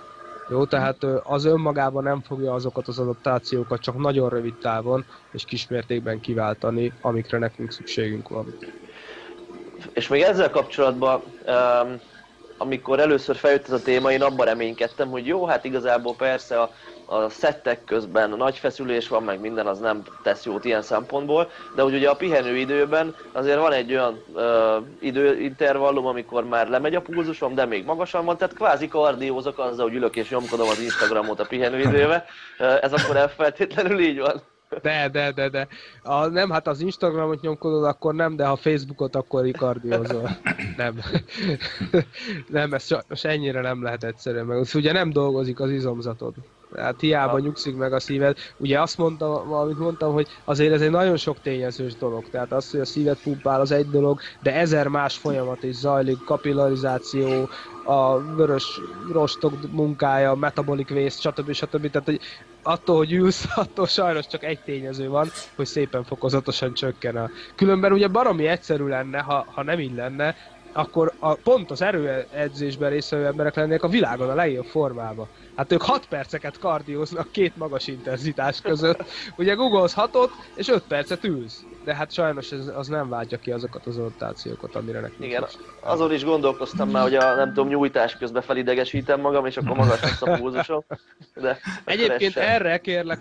Jó, tehát az önmagában nem fogja azokat az adaptációkat csak nagyon rövid távon és kismértékben kiváltani, amikre nekünk szükségünk van. És még ezzel kapcsolatban, amikor először feljött ez a téma, én abban reménykedtem, hogy jó, hát igazából persze a szettek közben nagy feszülés van, meg minden, az nem tesz jót ilyen szempontból, de hogy ugye a pihenőidőben azért van egy olyan időintervallum, amikor már lemegy a pulzusom, de még magasan van, tehát kvázi kardiózok azzal, hogy ülök és nyomkodom az Instagramot a pihenőidőbe. Ez akkor feltétlenül így van? De. Nem, hát az Instagramot nyomkodod, akkor nem, de ha Facebookot, akkor kardiózol. Nem. Nem, ez sajnos ennyire nem lehet egyszerűen meg. Ugye nem dolgozik az izomzatod. Tehát hiába nyugszik meg a szíved. Ugye azt mondtam, amit mondtam, hogy azért ez egy nagyon sok tényezős dolog. Tehát az, hogy a szíved pumpál, az egy dolog, de 1000 más folyamat is zajlik, kapillarizáció, a vörös rostok munkája, metabolic waste, stb. Tehát hogy attól, hogy ülsz, attól sajnos csak egy tényező van, hogy szépen fokozatosan csökken. Különben ugye baromi egyszerű lenne, ha nem így lenne, akkor pont az erőedzésben résztvevő emberek lennének a világon a legjobb formában. Hát ők 6 perceket kardióznak 2 magas intenzitás között. Ugye googolsz 6-ot, és 5 percet ülsz. De hát sajnos az nem váltja ki azokat az adaptációkat, amire nekünk. Igen, azon is gondolkoztam már, hogy nem tudom, nyújtás közben felidegesítem magam, és akkor magas lesz a pulzusom. De egyébként erre kérlek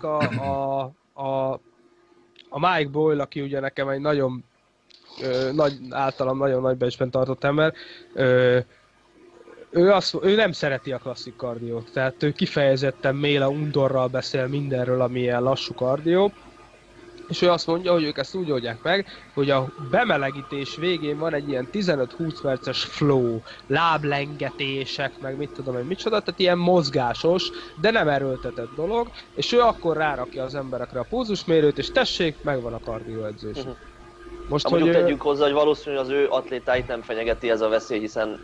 a Mike Boyle, aki ugye nekem egy nagyon általam nagyon nagy becsben tartott ember, ő nem szereti a klasszik kardiót, tehát ő kifejezetten méla undorral beszél mindenről, ami ilyen lassú kardió, és ő azt mondja, hogy ők ezt úgy oldják meg, hogy a bemelegítés végén van egy ilyen 15-20 perces flow, láblengetések, meg mit tudom én micsoda, tehát ilyen mozgásos, de nem erőltetett dolog, és ő akkor rárakja az emberekre a pulzusmérőt, és tessék, megvan a kardióedzés. Most, mondjuk tegyük hozzá, hogy valószínűleg az ő atlétáit nem fenyegeti ez a veszély, hiszen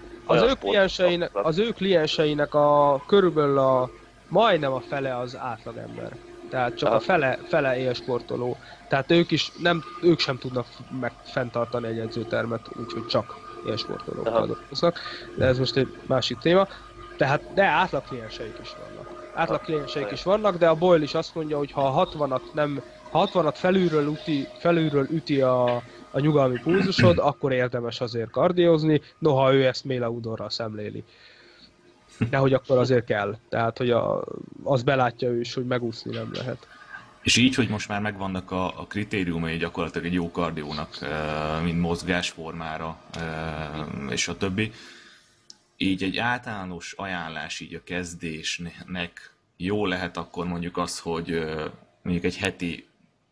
az ő klienseinek körülbelül majdnem a fele az átlagember. Tehát csak a fele élsportoló. Tehát ők sem tudnak fenntartani egy edzőtermet, úgyhogy csak élsportolókkal dolgoznak. De ez most egy másik téma. De átlag klienseik is vannak. De a Boyle is azt mondja, hogy ha 60-at felülről üti a nyugalmi pulzusod, akkor érdemes azért kardiózni, noha ő ezt méla udorral szemléli. De hogy akkor azért kell. Tehát, hogy az belátja ő is, hogy megúszni nem lehet. És így, hogy most már megvannak a kritériumai gyakorlatilag egy jó kardiónak, mint mozgásformára, és a többi, így egy általános ajánlás így a kezdésnek jó lehet akkor mondjuk az, hogy mondjuk egy heti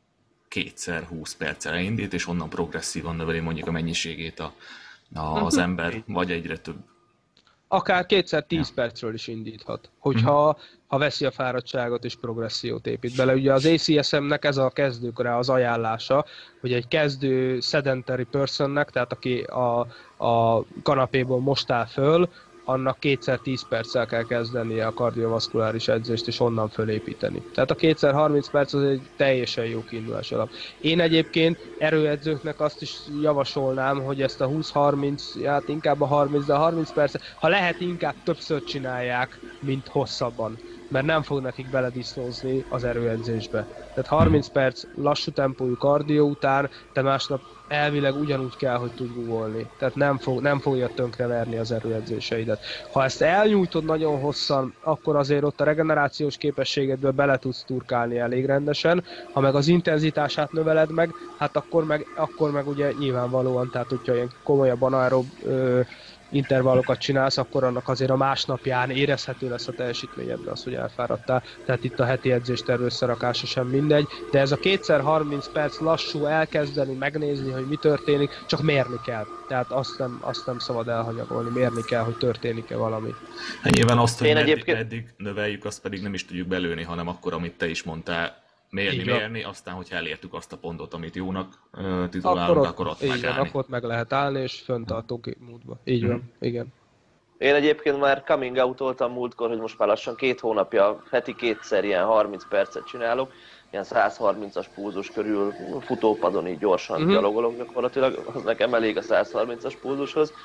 2x20 perccel elindít, és onnan progresszívan növeli mondjuk a mennyiségét az ember, vagy egyre több. Akár 2x10 percről is indíthat, hogyha veszi a fáradtságot és progressziót épít bele. Ugye az ACSM-nek ez a kezdőkre az ajánlása, hogy egy kezdő sedentary personnek, tehát aki a kanapéból most áll föl, annak 2x10 perccel kell kezdenie a kardiovaszkuláris edzést, és onnan fölépíteni. Tehát a 2x30 perc az egy teljesen jó kiindulás alap. Én egyébként erőedzőknek azt is javasolnám, hogy ezt a 20-30, hát inkább a 30, de a 30 perc, ha lehet, inkább többször csinálják, mint hosszabban, mert nem fog nekik beledisznózni az erőedzésbe. Tehát 30 perc lassú tempójú kardió után, te másnap elvileg ugyanúgy kell, hogy tudj googolni. Tehát nem fogja tönkreverni az erőedzéseidet. Ha ezt elnyújtod nagyon hosszan, akkor azért ott a regenerációs képességedből bele tudsz turkálni elég rendesen. Ha meg az intenzitását növeled meg, hát akkor meg ugye nyilvánvalóan, tehát hogyha ilyen komolyabb anaerob intervallokat csinálsz, akkor annak azért a másnapján érezhető lesz a teljesítményedre az, hogy elfáradtál. Tehát itt a heti edzésterv összerakása sem mindegy, de ez a 2x30 perc lassú elkezdeni, megnézni, hogy mi történik, csak mérni kell. Tehát azt nem szabad elhanyagolni, mérni kell, hogy történik-e valami. Hát nyilván azt, hogy eddig növeljük, azt pedig nem is tudjuk belőni, hanem akkor, amit te is mondtál, mérni, aztán, hogyha elértük azt a pontot, amit jónak titulálunk, akkor ott megállni. Akkor ott meg lehet állni, és föntartó módba. Így van, igen. Én egyébként már coming out-oltam múltkor, hogy most már lassan 2 hónapja, heti 2-szer ilyen 30 percet csinálok, ilyen 130-as pulzus körül futópadon így gyorsan gyalogolok gyakorlatilag, az nekem elég a 130-as pulzushoz.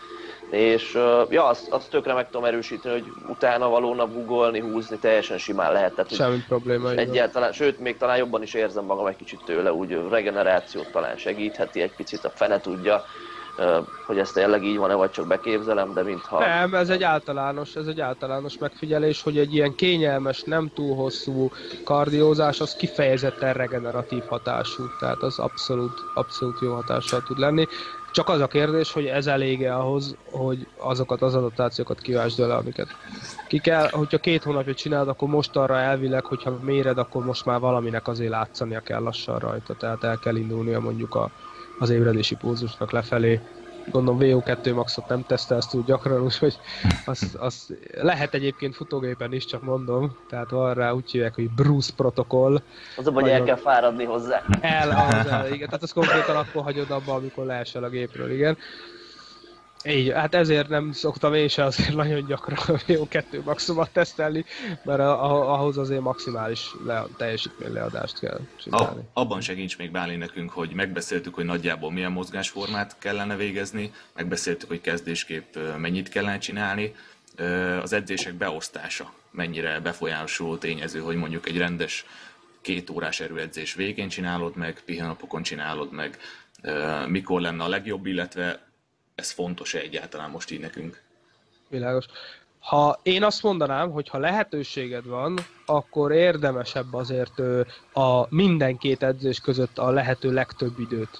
És ja, azt tökre meg tudom erősíteni, hogy utána valóna googolni, húzni teljesen simán lehet. Tehát, semmi probléma. Egyáltalán, sőt, még talán jobban is érzem magam egy kicsit tőle, úgy regenerációt talán segítheti egy picit, a fene tudja, hogy ez tényleg így van-e, vagy csak beképzelem, de mintha... Nem, ez egy általános megfigyelés, hogy egy ilyen kényelmes, nem túl hosszú kardiózás, az kifejezetten regeneratív hatású, tehát az abszolút jó hatással tud lenni. Csak az a kérdés, hogy ez elég-e ahhoz, hogy azokat az adaptációkat kivásd vele, amiket ki kell. Hogyha 2 hónapja csinálod, akkor most arra elvileg, hogyha méred, akkor most már valaminek azért látszania kell lassan rajta, tehát el kell indulnia mondjuk az ébredési pulzusnak lefelé. Gondolom VO2 maxot nem tesztelsz túl gyakran, úgyhogy az lehet egyébként futógépen is, csak mondom. Tehát van rá úgy hívják, hogy Bruce protokoll. Az abban, hogy el kell fáradni hozzá. Igen, tehát az konkrétan akkor hagyod abba, amikor leesel a gépről, igen. Így, hát ezért nem szoktam én se azért nagyon gyakran a VO2 maximumot tesztelni, mert ahhoz azért maximális teljesítményleadást kell csinálni. Abban segíts még, Bálint, nekünk, hogy megbeszéltük, hogy nagyjából milyen mozgásformát kellene végezni, megbeszéltük, hogy kezdésképp mennyit kellene csinálni, az edzések beosztása mennyire befolyásoló tényező, hogy mondjuk egy rendes 2 órás erőedzés végén csinálod meg, pihenőnapokon csinálod meg, mikor lenne a legjobb, illetve ez fontos-e egyáltalán most így nekünk? Világos. Ha én azt mondanám, hogy ha lehetőséged van, akkor érdemesebb azért a minden 2 edzés között a lehető legtöbb időt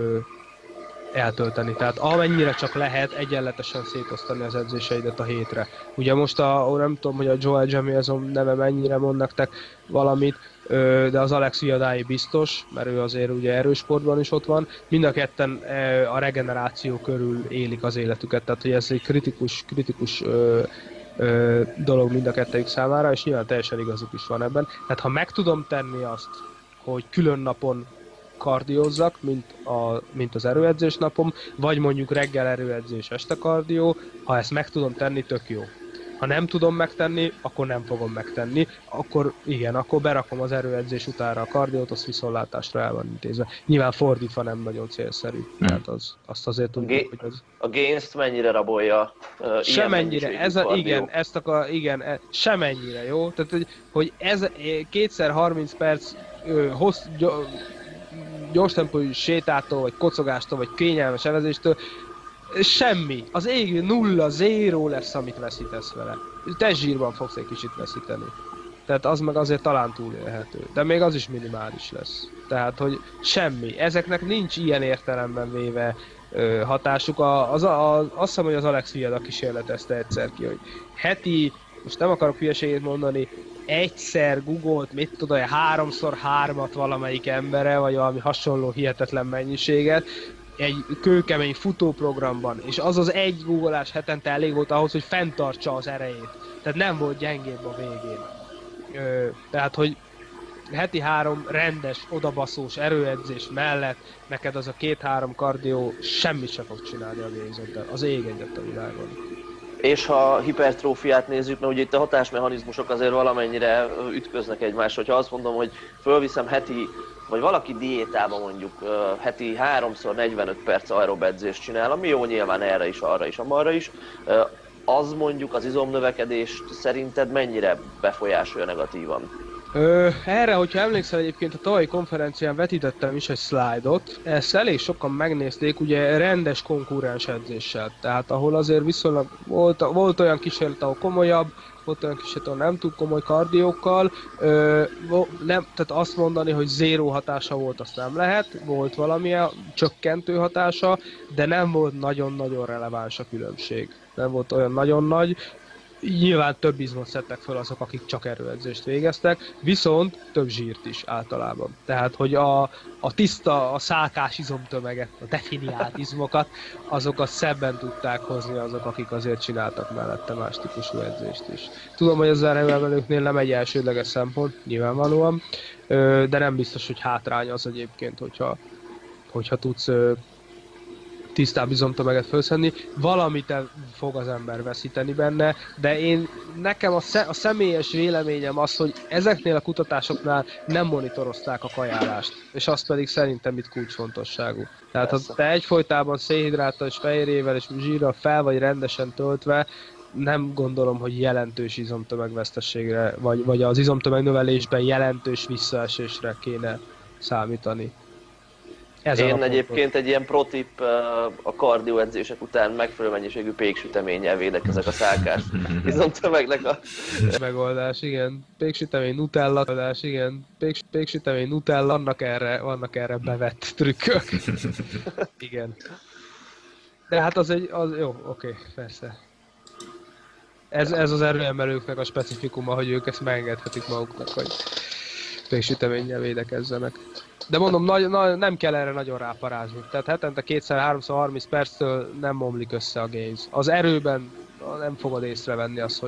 eltölteni. Tehát amennyire csak lehet egyenletesen szétosztani az edzéseidet a hétre. Ugye most nem tudom, hogy a Joel Jamiazon neve mennyire mond nektek valamit, de az Alex Viadai biztos, mert ő azért ugye erősportban is ott van. Mind a ketten a regeneráció körül élik az életüket, tehát hogy ez egy kritikus dolog mind a kettejük számára, és nyilván teljesen igazuk is van ebben. Tehát ha meg tudom tenni azt, hogy külön napon kardiózzak, mint az erőedzés napom, vagy mondjuk reggel erőedzés, este kardió, ha ezt meg tudom tenni, tök jó. Ha nem tudom megtenni, akkor nem fogom megtenni, akkor igen, akkor berakom az erőedzés utára a kardiót, az viszontlátásra el van intézve. Nyilván fordítva nem nagyon célszerű, tehát azt azért tudjuk, hogy az... A gains-t mennyire rabolja semennyire, semennyire, jó? Tehát, hogy ez 2x30 perc gyors tempójú sétától, vagy kocogástól, vagy kényelmes evezéstől, semmi. Az ég 0-0 lesz, amit veszítesz vele. Testzsírban fogsz egy kicsit veszíteni. Tehát az meg azért talán túlélhető. De még az is minimális lesz. Tehát, hogy semmi. Ezeknek nincs ilyen értelemben véve hatásuk. Azt hiszem, hogy az Alex Viada kísérletezte egyszer ki, hogy heti, most nem akarok hülyeségét mondani, egyszer googolt, mit tudom, 3x3-at valamelyik embere, vagy valami hasonló hihetetlen mennyiséget, egy kőkemény futóprogramban, és az egy googolás hetente elég volt ahhoz, hogy fenntartsa az erejét. Tehát nem volt gyengébb a végén. Tehát, hogy heti 3 rendes, odabaszós erőedzés mellett neked az a 2-3 kardió semmit sem fog csinálni a végződdel. Az ég egyet a világon. És ha hipertrófiát nézzük, mert ugye itt a hatásmechanizmusok azért valamennyire ütköznek egymásra. Ha azt mondom, hogy fölviszem heti, vagy valaki diétában mondjuk heti 3x 45 perc aerob edzést csinál, ami jó nyilván erre is, arra is, amarra is, az mondjuk az izomnövekedést szerinted mennyire befolyásolja negatívan? Erre, hogyha emlékszel, egyébként a tavalyi konferencián vetítettem is egy szlájdot, ezt elég sokan megnézték, ugye rendes konkurens edzéssel, tehát ahol azért viszonylag volt olyan kísérlet, ahol komolyabb, volt olyan kísérlet, ahol nem túl komoly kardiókkal, tehát azt mondani, hogy zéró hatása volt, azt nem lehet, volt valamilyen csökkentő hatása, de nem volt nagyon-nagyon releváns a különbség, nem volt olyan nagyon nagy. Nyilván több izmot szedtek föl azok, akik csak erőedzést végeztek, viszont több zsírt is általában. Tehát, hogy a tiszta, a szálkás izomtömeget, a definiált izmokat, azokat szebben tudták hozni azok, akik azért csináltak mellette más típusú edzést is. Tudom, hogy az erőemelőknél nem egy elsődleges szempont, nyilvánvalóan, de nem biztos, hogy hátrány az egyébként, hogyha tudsz tisztább izomtömeget felszedni, valamit fog az ember veszíteni benne, de nekem a személyes véleményem az, hogy ezeknél a kutatásoknál nem monitorozták a kajálást, és az pedig szerintem itt kulcsfontosságú. Tehát ha te egyfolytában szénhidráttal és fehérjével és zsírral fel vagy rendesen töltve, nem gondolom, hogy jelentős izomtömegveszteségre, vagy az izomtömegnövelésben jelentős visszaesésre kéne számítani. Én egyébként egy ilyen pro-tip a kardioedzések után megfelelő mennyiségű péksüteménnyel védekezek a szálkás izomtömegnek a... Megoldás, igen. Péksütemény, nutella, igen. Péksütemény, nutella, vannak erre bevett trükkök. Igen. De hát az jó, oké, persze. Ez az erőemelőknek a specifikuma, hogy ők ezt megengedhetik maguknak, hogy péksüteménnyel védekezzenek. De mondom, nem kell erre nagyon ráparázni. Tehát hetente 2-3-30 perctől nem omlik össze a gains. Az erőben nem fogod észrevenni azt,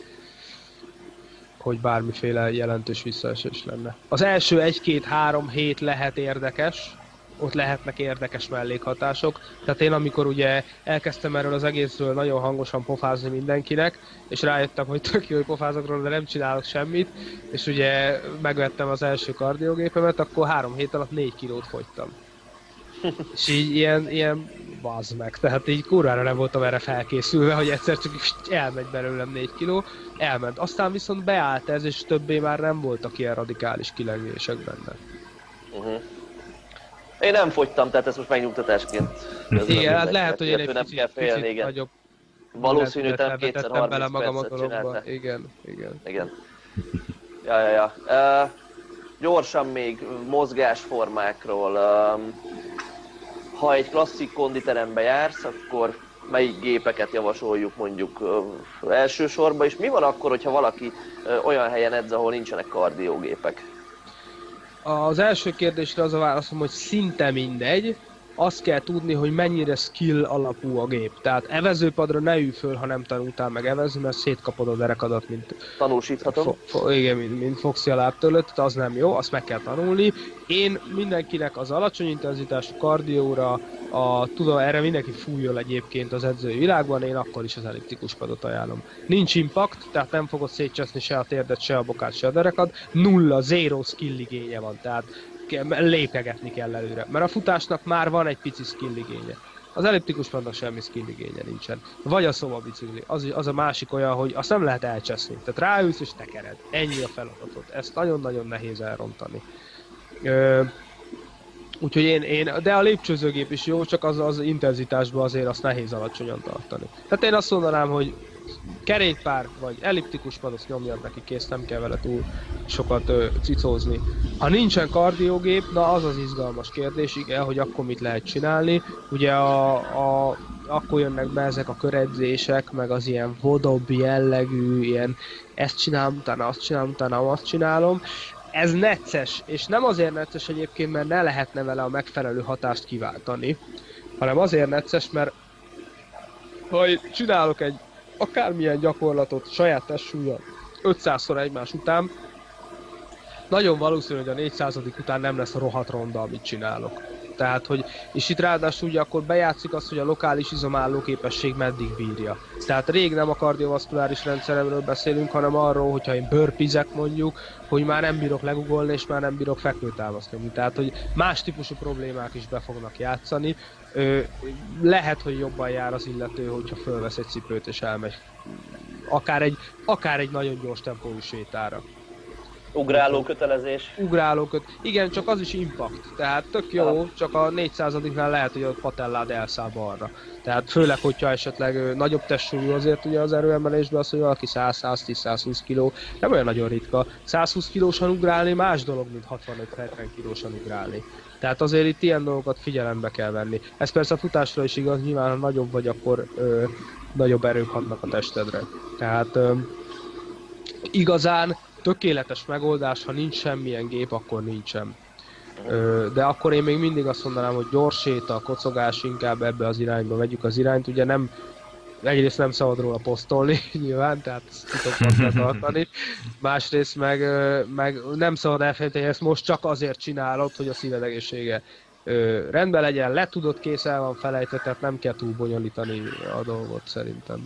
hogy bármiféle jelentős visszaesés lenne. Az első 1-2-3 hét lehet érdekes, ott lehetnek érdekes mellékhatások. Tehát én amikor ugye elkezdtem erről az egészről nagyon hangosan pofázni mindenkinek, és rájöttem, hogy tök jó, hogy pofázok róla, de nem csinálok semmit, és ugye megvettem az első kardiogépemet, akkor 3 hét alatt 4 kilót fogytam. És így ilyen bazd meg, tehát így kurvára nem voltam erre felkészülve, hogy egyszer csak elmegy belőlem 4 kiló, elment. Aztán viszont beállt ez, és többé már nem voltak ilyen radikális kilengések benne. Én nem fogytam, tehát ez most megnyugtatásként. Igen, hát lehet, hogy én egy kicsit nagyobb... Valószínű, hogy nem 230 percet csináltál. Igen. Ja. Gyorsan még mozgásformákról. Ha egy klasszik konditerembe jársz, akkor melyik gépeket javasoljuk mondjuk elsősorban, és mi van akkor, hogyha valaki olyan helyen edz, ahol nincsenek kardiógépek? Az első kérdésre az a válaszom, hogy szinte mindegy. Azt kell tudni, hogy mennyire skill alapú a gép. Tehát evezőpadra ne ülj föl, ha nem tanultál meg evezni, mert szétkapod a derekadat, mint... Tanúsíthatom. Igen, mint Foxy a lábtörlőt, az nem jó, azt meg kell tanulni. Én mindenkinek az alacsony intenzitású kardióra, tudom, erre mindenki fújjol egyébként az edzői világban, én akkor is az elliptikus padot ajánlom. Nincs impact, tehát nem fogod szétcseszni se a térdet, se a bokát, se a derekad. 0 skill igénye van, tehát lépegetni kell előre, mert a futásnak már van egy pici skill igénye. Az elliptikus padnak semmi skill igénye nincsen. Vagy a szobabicikli, az a másik olyan, hogy azt nem lehet elcseszni. Tehát ráülsz és tekered. Ennyi a feladatot. Ezt nagyon-nagyon nehéz elrontani. Úgyhogy de a lépcsőzőgép is jó, csak az intenzitásban azért azt nehéz alacsonyan tartani. Tehát én azt mondanám, hogy kerékpár vagy elliptikus pad, azt nyomjad neki, kész, nem kell vele túl sokat cicózni. Ha nincsen kardiógép, na az az izgalmas kérdés, igen, hogy akkor mit lehet csinálni. Ugye akkor jönnek be ezek a köredzések, meg az ilyen vodobb jellegű, ilyen ezt csinálom, utána azt csinálom, utána azt csinálom. Ez necces, és nem azért necces egyébként, mert ne lehetne vele a megfelelő hatást kiváltani, hanem azért necces, mert ha csinálok egy akármilyen gyakorlatot saját testsúllyal 500-szor egymás után, nagyon valószínű, hogy a 400. után nem lesz rohadt ronda, amit csinálok. Tehát, hogy, és itt ráadásul ugye akkor bejátszik az, hogy a lokális izomálló képesség meddig bírja. Tehát rég nem a kardiovaszkuláris rendszeremről beszélünk, hanem arról, hogyha én burpeezek mondjuk, hogy már nem bírok legugolni, és már nem bírok fekvőtámasztani. Tehát, hogy más típusú problémák is be fognak játszani. Lehet, hogy jobban jár az illető, hogyha fölvesz egy cipőt és elmegy akár egy nagyon gyors tempójú sétára. Ugráló kötelezés. Igen, csak az is impact. Tehát tök jó, csak a 400-nál lehet, hogy a patellád elszáll balra. Tehát főleg, hogyha esetleg nagyobb testsúlyú, azért ugye az erőemelésben az, hogy valaki 100-110-120 kg, nem olyan nagyon ritka. 120 kilósan ugrálni más dolog, mint 65-70 kilósan ugrálni. Tehát azért itt ilyen dolgokat figyelembe kell venni. Ez persze a futásra is igaz, nyilván ha nagyobb vagy, akkor nagyobb erők hatnak a testedre. Tehát igazán tökéletes megoldás, ha nincs semmilyen gép, akkor nincsen. De akkor én még mindig azt mondanám, hogy gyors séta, kocogás, inkább ebbe az irányba vegyük az irányt. Ugye egyrészt nem szabad róla posztolni nyilván, tehát ezt titokban kell tartani. Másrészt meg nem szabad elfelejteni, hogy ezt most csak azért csinálod, hogy a szíved egészsége rendben legyen, letudott, kész, el van felejtve, tehát nem kell túl bonyolítani a dolgot szerintem.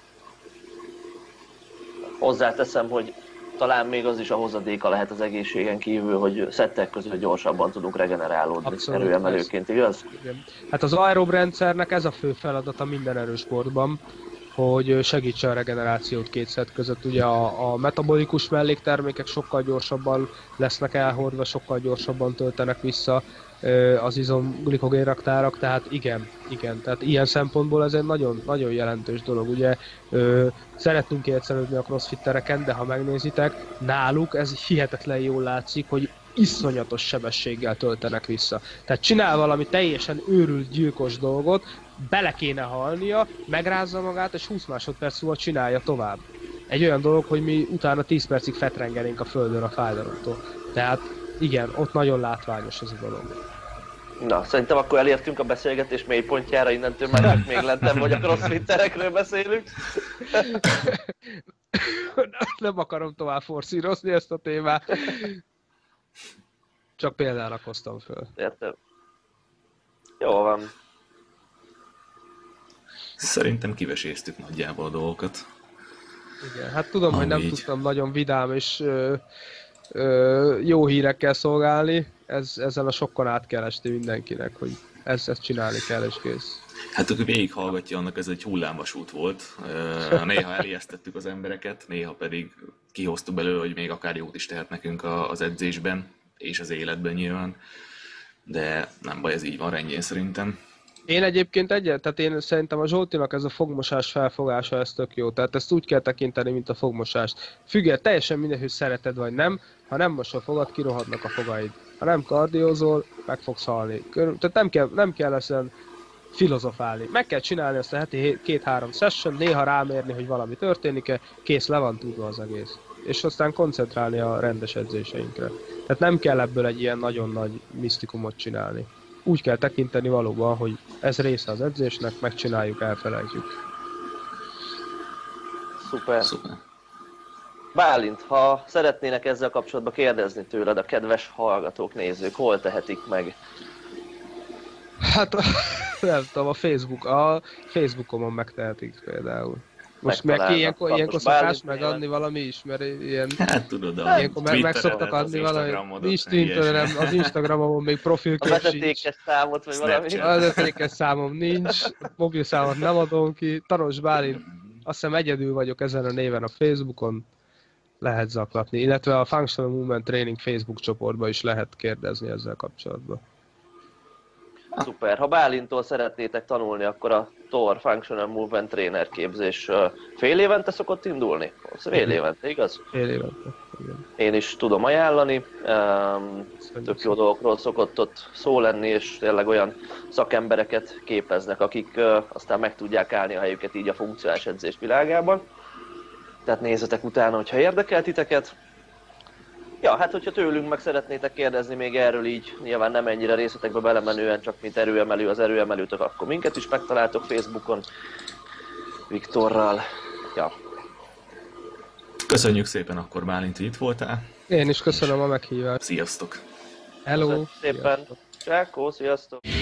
Hozzáteszem, hogy talán még az is a hozadéka lehet az egészségen kívül, hogy szettek között gyorsabban tudunk regenerálódni erőemelőként, igaz? Igen. Hát az aerob rendszernek ez a fő feladata minden erősportban, hogy segítse a regenerációt két szett között. Ugye a metabolikus melléktermékek sokkal gyorsabban lesznek elhordva, sokkal gyorsabban töltenek vissza az izomglikogénraktárak, tehát igen, tehát ilyen szempontból ez egy nagyon, nagyon jelentős dolog. Ugye szeretnünk egyszerűen a crossfittereken, de ha megnézitek, náluk ez hihetetlen jól látszik, hogy iszonyatos sebességgel töltenek vissza. Tehát csinál valami teljesen őrült, gyilkos dolgot, bele kéne halnia, megrázza magát, és 20 másodperc múlva csinálja tovább. Egy olyan dolog, hogy mi utána 10 percig fetrengenénk a földön a fájdalomtól. Tehát igen, ott nagyon látványos ez a dolog. Na, szerintem akkor elértünk a beszélgetés mélypontjára, innentől már csak még lentem, hogy a crossfitterekről beszélünk. Nem akarom tovább forszírozni ezt a témát. Csak példának hoztam föl. Értem. Jó van. Szerintem kiveséztük nagyjából a dolgokat. Igen, hát tudom, hogy nem tudtam nagyon vidám és jó hírekkel szolgálni. Ezen a sokkon át kell esni mindenkinek, hogy ezt csinálni kell és kész. Hát aki végighallgatja, annak ez egy hullámvasút volt. Néha elijesztettük az embereket, néha pedig kihoztuk belőle, hogy még akár jót is tehet nekünk az edzésben, és az életben nyilván. De nem baj, ez így van rendjén szerintem. Én egyébként tehát én szerintem a Zsoltinak ez a fogmosás felfogása, ez tök jó. Tehát ezt úgy kell tekinteni, mint a fogmosást. Teljesen mindegy, hogy szereted vagy nem. Ha nem mosol fogad, kirohadnak a fogaid. Ha nem kardiózol, meg fogsz halni. Tehát nem kell ezen filozofálni. Meg kell csinálni azt a heti 2-3 session, néha rámérni, hogy valami történik-e, kész, le van tudva az egész. És aztán koncentrálni a rendes edzéseinkre. Tehát nem kell ebből egy ilyen nagyon nagy misztikumot csinálni. Úgy kell tekinteni valóban, hogy ez része az edzésnek, megcsináljuk, elfelejtjük. Szuper. Bálint, ha szeretnének ezzel kapcsolatban kérdezni tőled a kedves hallgatók, nézők, hol tehetik meg? Hát nem tudom, a Facebookomon megtehetik például. Most meg ilyenkor szokás megadni valami is, mert ilyen... Hát tudod, ilyenkor meg szoktak adni valami... Nincs Twitterem, az Instagramon még profilkép sincs. A vezetékes számot, vagy valami? A vezetékes számom nincs, mobilszámot nem adom ki. Taros Bálint, azt hiszem egyedül vagyok ezen a néven a Facebookon, lehet zaklatni. Illetve a Functional Movement Training Facebook csoportban is lehet kérdezni ezzel kapcsolatban. Szuper. Ha Bálintól szeretnétek tanulni, akkor a TOR Functional Movement Trainer képzés fél évente szokott indulni? Fél évente, igaz? Fél évente, igen. Én is tudom ajánlani. Tök jó dolgokról szokott ott szó lenni, és tényleg olyan szakembereket képeznek, akik aztán meg tudják állni a helyüket így a funkcionális edzés világában. Tehát nézzetek utána, hogyha érdekel titeket. Ja, hát hogyha tőlünk meg szeretnétek kérdezni még erről így, nyilván nem ennyire részletekbe belemenően, csak mint erőemelő az erőemelőtök, akkor minket is megtaláltok Facebookon, Viktorral. Ja. Köszönjük szépen akkor, Bálint, hogy itt voltál. Én is köszönöm a meghívást. Sziasztok! Hello! Köszönjük szépen! Csákó, sziasztok!